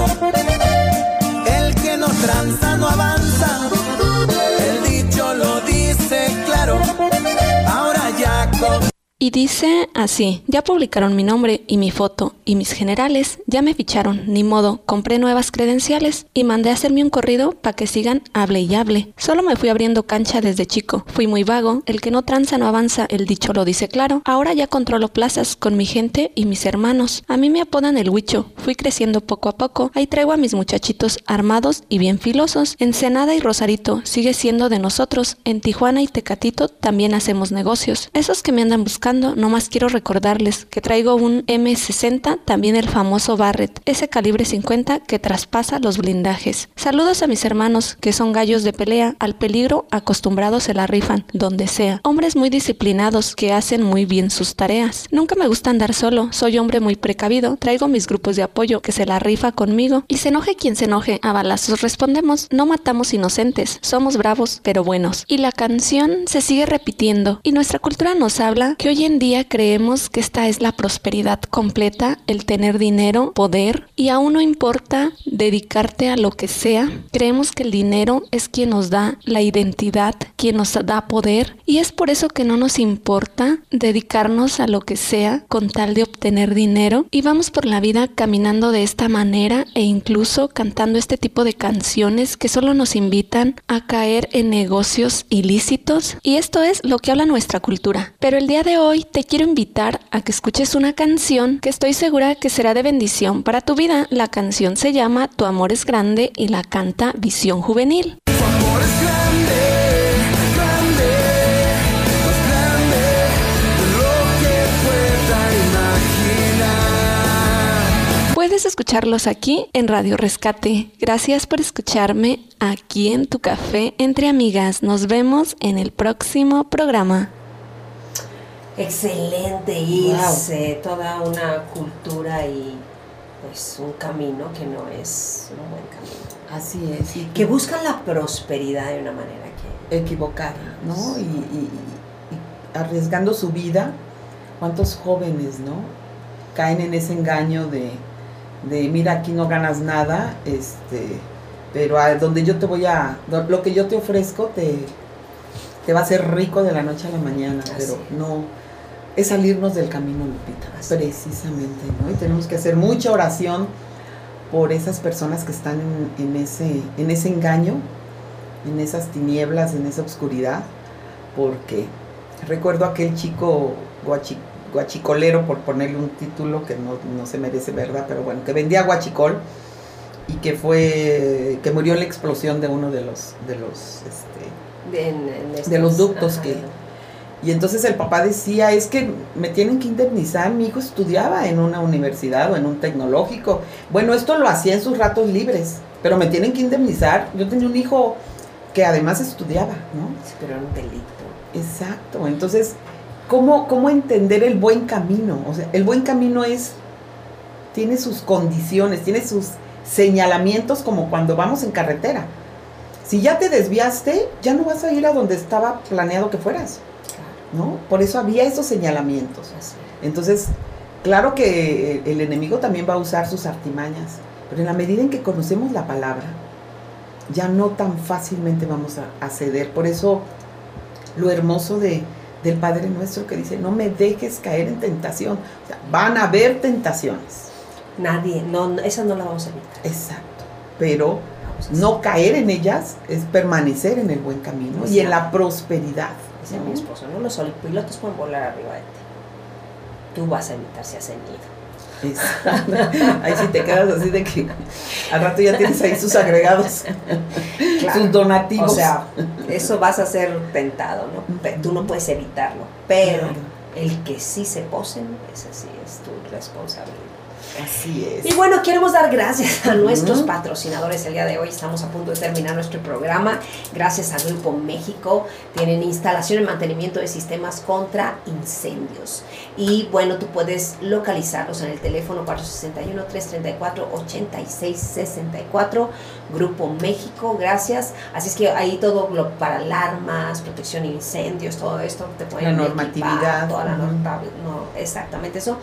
el que no tranza no avanza, el dicho lo dice claro, ahora ya Y dice así: ya publicaron mi nombre y mi foto y mis generales ya me ficharon, ni modo, compré nuevas credenciales y mandé a hacerme un corrido pa' que sigan hable y hable. Solo me fui abriendo cancha desde chico, fui muy vago, el que no tranza no avanza, el dicho lo dice claro, ahora ya controlo plazas con mi gente y mis hermanos. A mí me apodan el Huicho, fui creciendo poco a poco, ahí traigo a mis muchachitos armados y bien filosos. Ensenada y Rosarito sigue siendo de nosotros, en Tijuana y Tecatito también hacemos negocios. Esos que me andan buscando, no más quiero recordarles que traigo un M60, también el famoso Barrett, ese calibre 50 que traspasa los blindajes. Saludos a mis hermanos, que son gallos de pelea, al peligro acostumbrados se la rifan, donde sea. Hombres muy disciplinados, que hacen muy bien sus tareas. Nunca me gusta andar solo, soy hombre muy precavido, traigo mis grupos de apoyo, que se la rifa conmigo. Y se enoje quien se enoje, a balazos respondemos, no matamos inocentes, somos bravos, pero buenos. Y la canción se sigue repitiendo, y nuestra cultura nos habla que hoy en día creemos que esta es la prosperidad completa, el tener dinero, poder, y aún no importa dedicarte a lo que sea. Creemos que el dinero es quien nos da la identidad, quien nos da poder, y es por eso que no nos importa dedicarnos a lo que sea con tal de obtener dinero, y vamos por la vida caminando de esta manera e incluso cantando este tipo de canciones que solo nos invitan a caer en negocios ilícitos, y esto es lo que habla nuestra cultura. Pero el día de hoy te quiero invitar a que escuches una canción que estoy segura que será de bendición para tu vida. La canción se llama Tu amor es grande y la canta Visión Juvenil. Tu amor es grande, grande, más grande de lo que pueda imaginar. Puedes escucharlos aquí en Radio Rescate. Gracias por escucharme aquí en tu café entre amigas. Nos vemos en el próximo programa. Excelente, Ilse, wow. Toda una cultura y pues un camino que no es un buen camino. Así es. Que buscan la prosperidad de una manera que equivocada, ¿no? Y arriesgando su vida. ¿Cuántos jóvenes, no? Caen en ese engaño de mira, aquí no ganas nada, pero a donde yo te lo que yo te ofrezco te va a hacer rico de la noche a la mañana. Así. Pero no. Es salirnos del camino, Lupita, precisamente, ¿no? Y tenemos que hacer mucha oración por esas personas que están en ese engaño, en esas tinieblas, en esa oscuridad, porque recuerdo aquel chico guachicolero, por ponerle un título que no se merece, ¿verdad? Pero bueno, que vendía guachicol y que murió en la explosión de uno de los ductos. Ajá. Y entonces el papá decía, es que me tienen que indemnizar, mi hijo estudiaba en una universidad o en un tecnológico. Bueno, esto lo hacía en sus ratos libres, pero me tienen que indemnizar. Yo tenía un hijo que además estudiaba, ¿no? Sí, pero era un delito. Exacto, entonces, ¿cómo entender el buen camino? O sea, el buen camino tiene sus condiciones, tiene sus señalamientos, como cuando vamos en carretera. Si ya te desviaste, ya no vas a ir a donde estaba planeado que fueras, ¿no? Por eso había esos señalamientos. Entonces, claro que el enemigo también va a usar sus artimañas, pero en la medida en que conocemos la palabra, ya no tan fácilmente vamos a ceder. Por eso, lo hermoso del Padre Nuestro que dice, no me dejes caer en tentación. O sea, van a haber tentaciones. Esas no las vamos a evitar. Exacto, pero no caer en ellas es permanecer en el buen camino y en la prosperidad. Dice mi esposo, no, los pilotos pueden volar arriba de ti. Tú vas a evitar si has nido. Ahí sí te quedas así de que al rato ya tienes ahí sus agregados, claro, sus donativos. O sea, eso vas a ser tentado, ¿no? Tú no puedes evitarlo, pero claro, el que sí se posen, ese sí es tu responsabilidad. Así es. Y bueno, queremos dar gracias a nuestros patrocinadores el día de hoy. Estamos a punto de terminar nuestro programa. Gracias a Grupo México. Tienen instalación y mantenimiento de sistemas contra incendios. Y bueno, tú puedes localizarlos en el teléfono 461-334-8664. Grupo México, gracias. Así es que ahí todo para alarmas, protección de incendios, todo esto te pueden la normatividad, equipar, toda la normatividad, no, exactamente eso.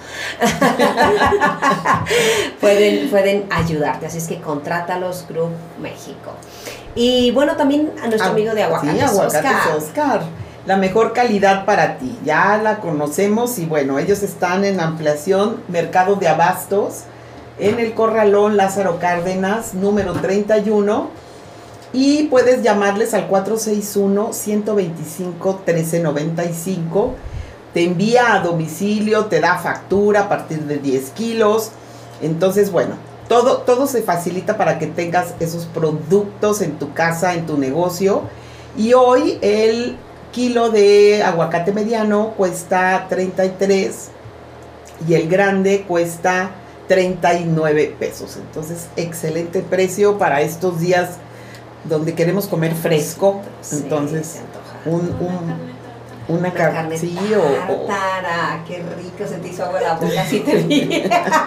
pueden ayudarte, así es que contrátalos, Grupo México. Y bueno, también a nuestro amigo de Aguacates, Oscar. La mejor calidad para ti, ya la conocemos y bueno, ellos están en ampliación, Mercado de Abastos, en el Corralón Lázaro Cárdenas, número 31, y puedes llamarles al 461-125-1395, te envía a domicilio, te da factura a partir de 10 kilos, entonces bueno, todo se facilita para que tengas esos productos en tu casa, en tu negocio, y hoy el kilo de aguacate mediano cuesta 33 y el grande cuesta 39 pesos. Entonces, excelente precio para estos días donde queremos comer fresco. Sí, entonces, una carne tártara, qué rico, se te hizo agua la boca así te vi.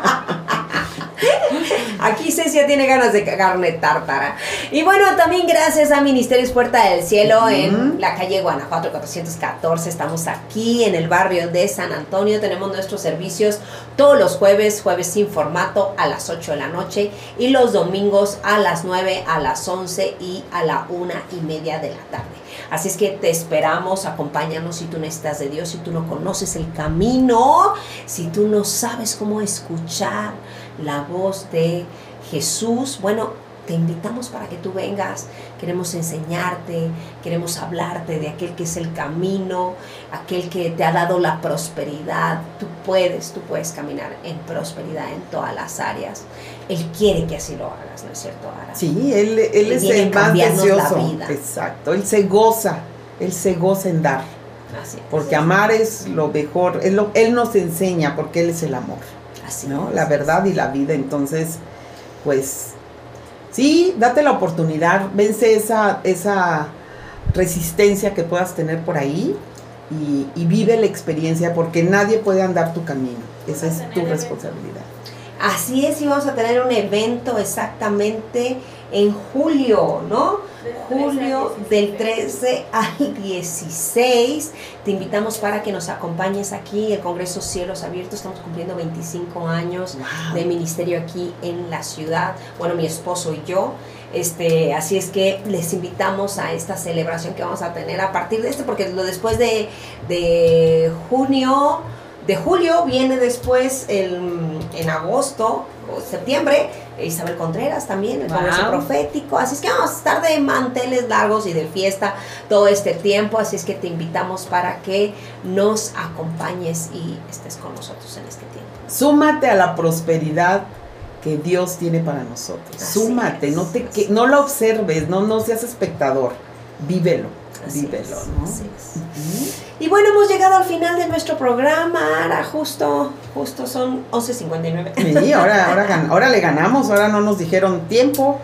Aquí Cecia tiene ganas de carne tártara. Y bueno, también gracias a Ministerios Puerta del Cielo en la calle Guanajuato 414. Estamos aquí en el barrio de San Antonio. Tenemos nuestros servicios todos los jueves sin formato a las 8 de la noche y los domingos a las 9, a las 11 y a la 1:30 de la tarde. Así es que te esperamos, acompáñanos si tú necesitas de Dios, si tú no conoces el camino, si tú no sabes cómo escuchar la voz de Jesús. Bueno, te invitamos para que tú vengas. Queremos enseñarte, queremos hablarte de aquel que es el camino, aquel que te ha dado la prosperidad. Tú puedes caminar en prosperidad en todas las áreas. Él quiere que así lo hagas, ¿no es cierto, Ara? Sí, él es el más deseoso. Exacto, él se goza en dar. Así es. Porque amar es lo mejor, él nos enseña porque él es el amor. Así ¿no? es. La verdad y la vida. Entonces, pues, sí, date la oportunidad, vence esa resistencia que puedas tener por ahí y vive la experiencia porque nadie puede andar tu camino. Esa es tu responsabilidad. Así es, y vamos a tener un evento exactamente en julio, ¿no? Julio del 13 al 16. Te invitamos para que nos acompañes aquí, el Congreso Cielos Abiertos. Estamos cumpliendo 25 años de ministerio aquí en la ciudad. Bueno, mi esposo y yo. Así es que les invitamos a esta celebración que vamos a tener a partir de porque después de julio viene después en agosto, septiembre, Isabel Contreras también, el Congreso Profético, así es que vamos a estar de manteles largos y de fiesta todo este tiempo, así es que te invitamos para que nos acompañes y estés con nosotros en este tiempo. Súmate a la prosperidad que Dios tiene para nosotros. Así Súmate, es, no lo observes, no seas espectador, vívelo, así ¿no? Así es. Y bueno, hemos llegado al final de nuestro programa. Ahora justo son 11:59. Sí, ahora le ganamos, ahora no nos dijeron tiempo.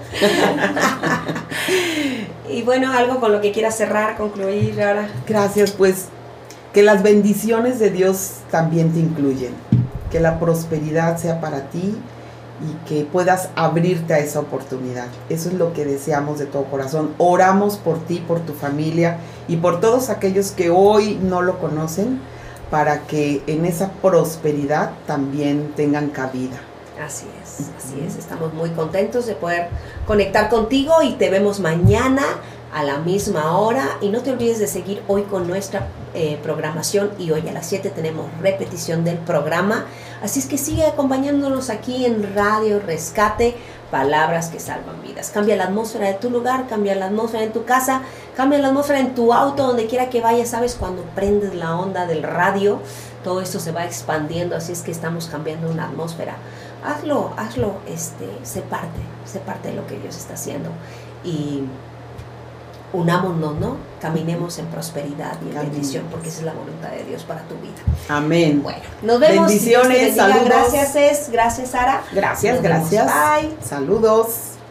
Y bueno, algo con lo que quieras cerrar, concluir ahora. Gracias, pues que las bendiciones de Dios también te incluyen, que la prosperidad sea para ti y que puedas abrirte a esa oportunidad. Eso es lo que deseamos de todo corazón. Oramos por ti, por tu familia y por todos aquellos que hoy no lo conocen, para que en esa prosperidad también tengan cabida. Así es. Estamos muy contentos de poder conectar contigo y te vemos mañana a la misma hora. Y no te olvides de seguir hoy con nuestra programación, y hoy a las 7 tenemos repetición del programa. Así es que sigue acompañándonos aquí en Radio Rescate, palabras que salvan vidas. Cambia la atmósfera de tu lugar, cambia la atmósfera en tu casa, cambia la atmósfera en tu auto, donde quiera que vayas. Sabes, cuando prendes la onda del radio, todo esto se va expandiendo, así es que estamos cambiando una atmósfera. Hazlo, sé parte de lo que Dios está haciendo. Y unámonos, ¿no? Caminemos en prosperidad y en bendición, porque esa es la voluntad de Dios para tu vida. Amén. Bueno, nos vemos. Bendiciones, saludos. Gracias, Sara. Gracias. Bye. Saludos.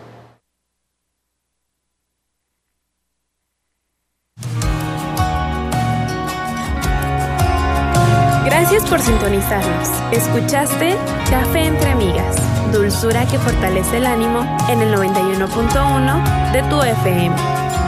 Gracias por sintonizarnos. Escuchaste Café entre Amigas, dulzura que fortalece el ánimo, en el 91.1 de tu FM.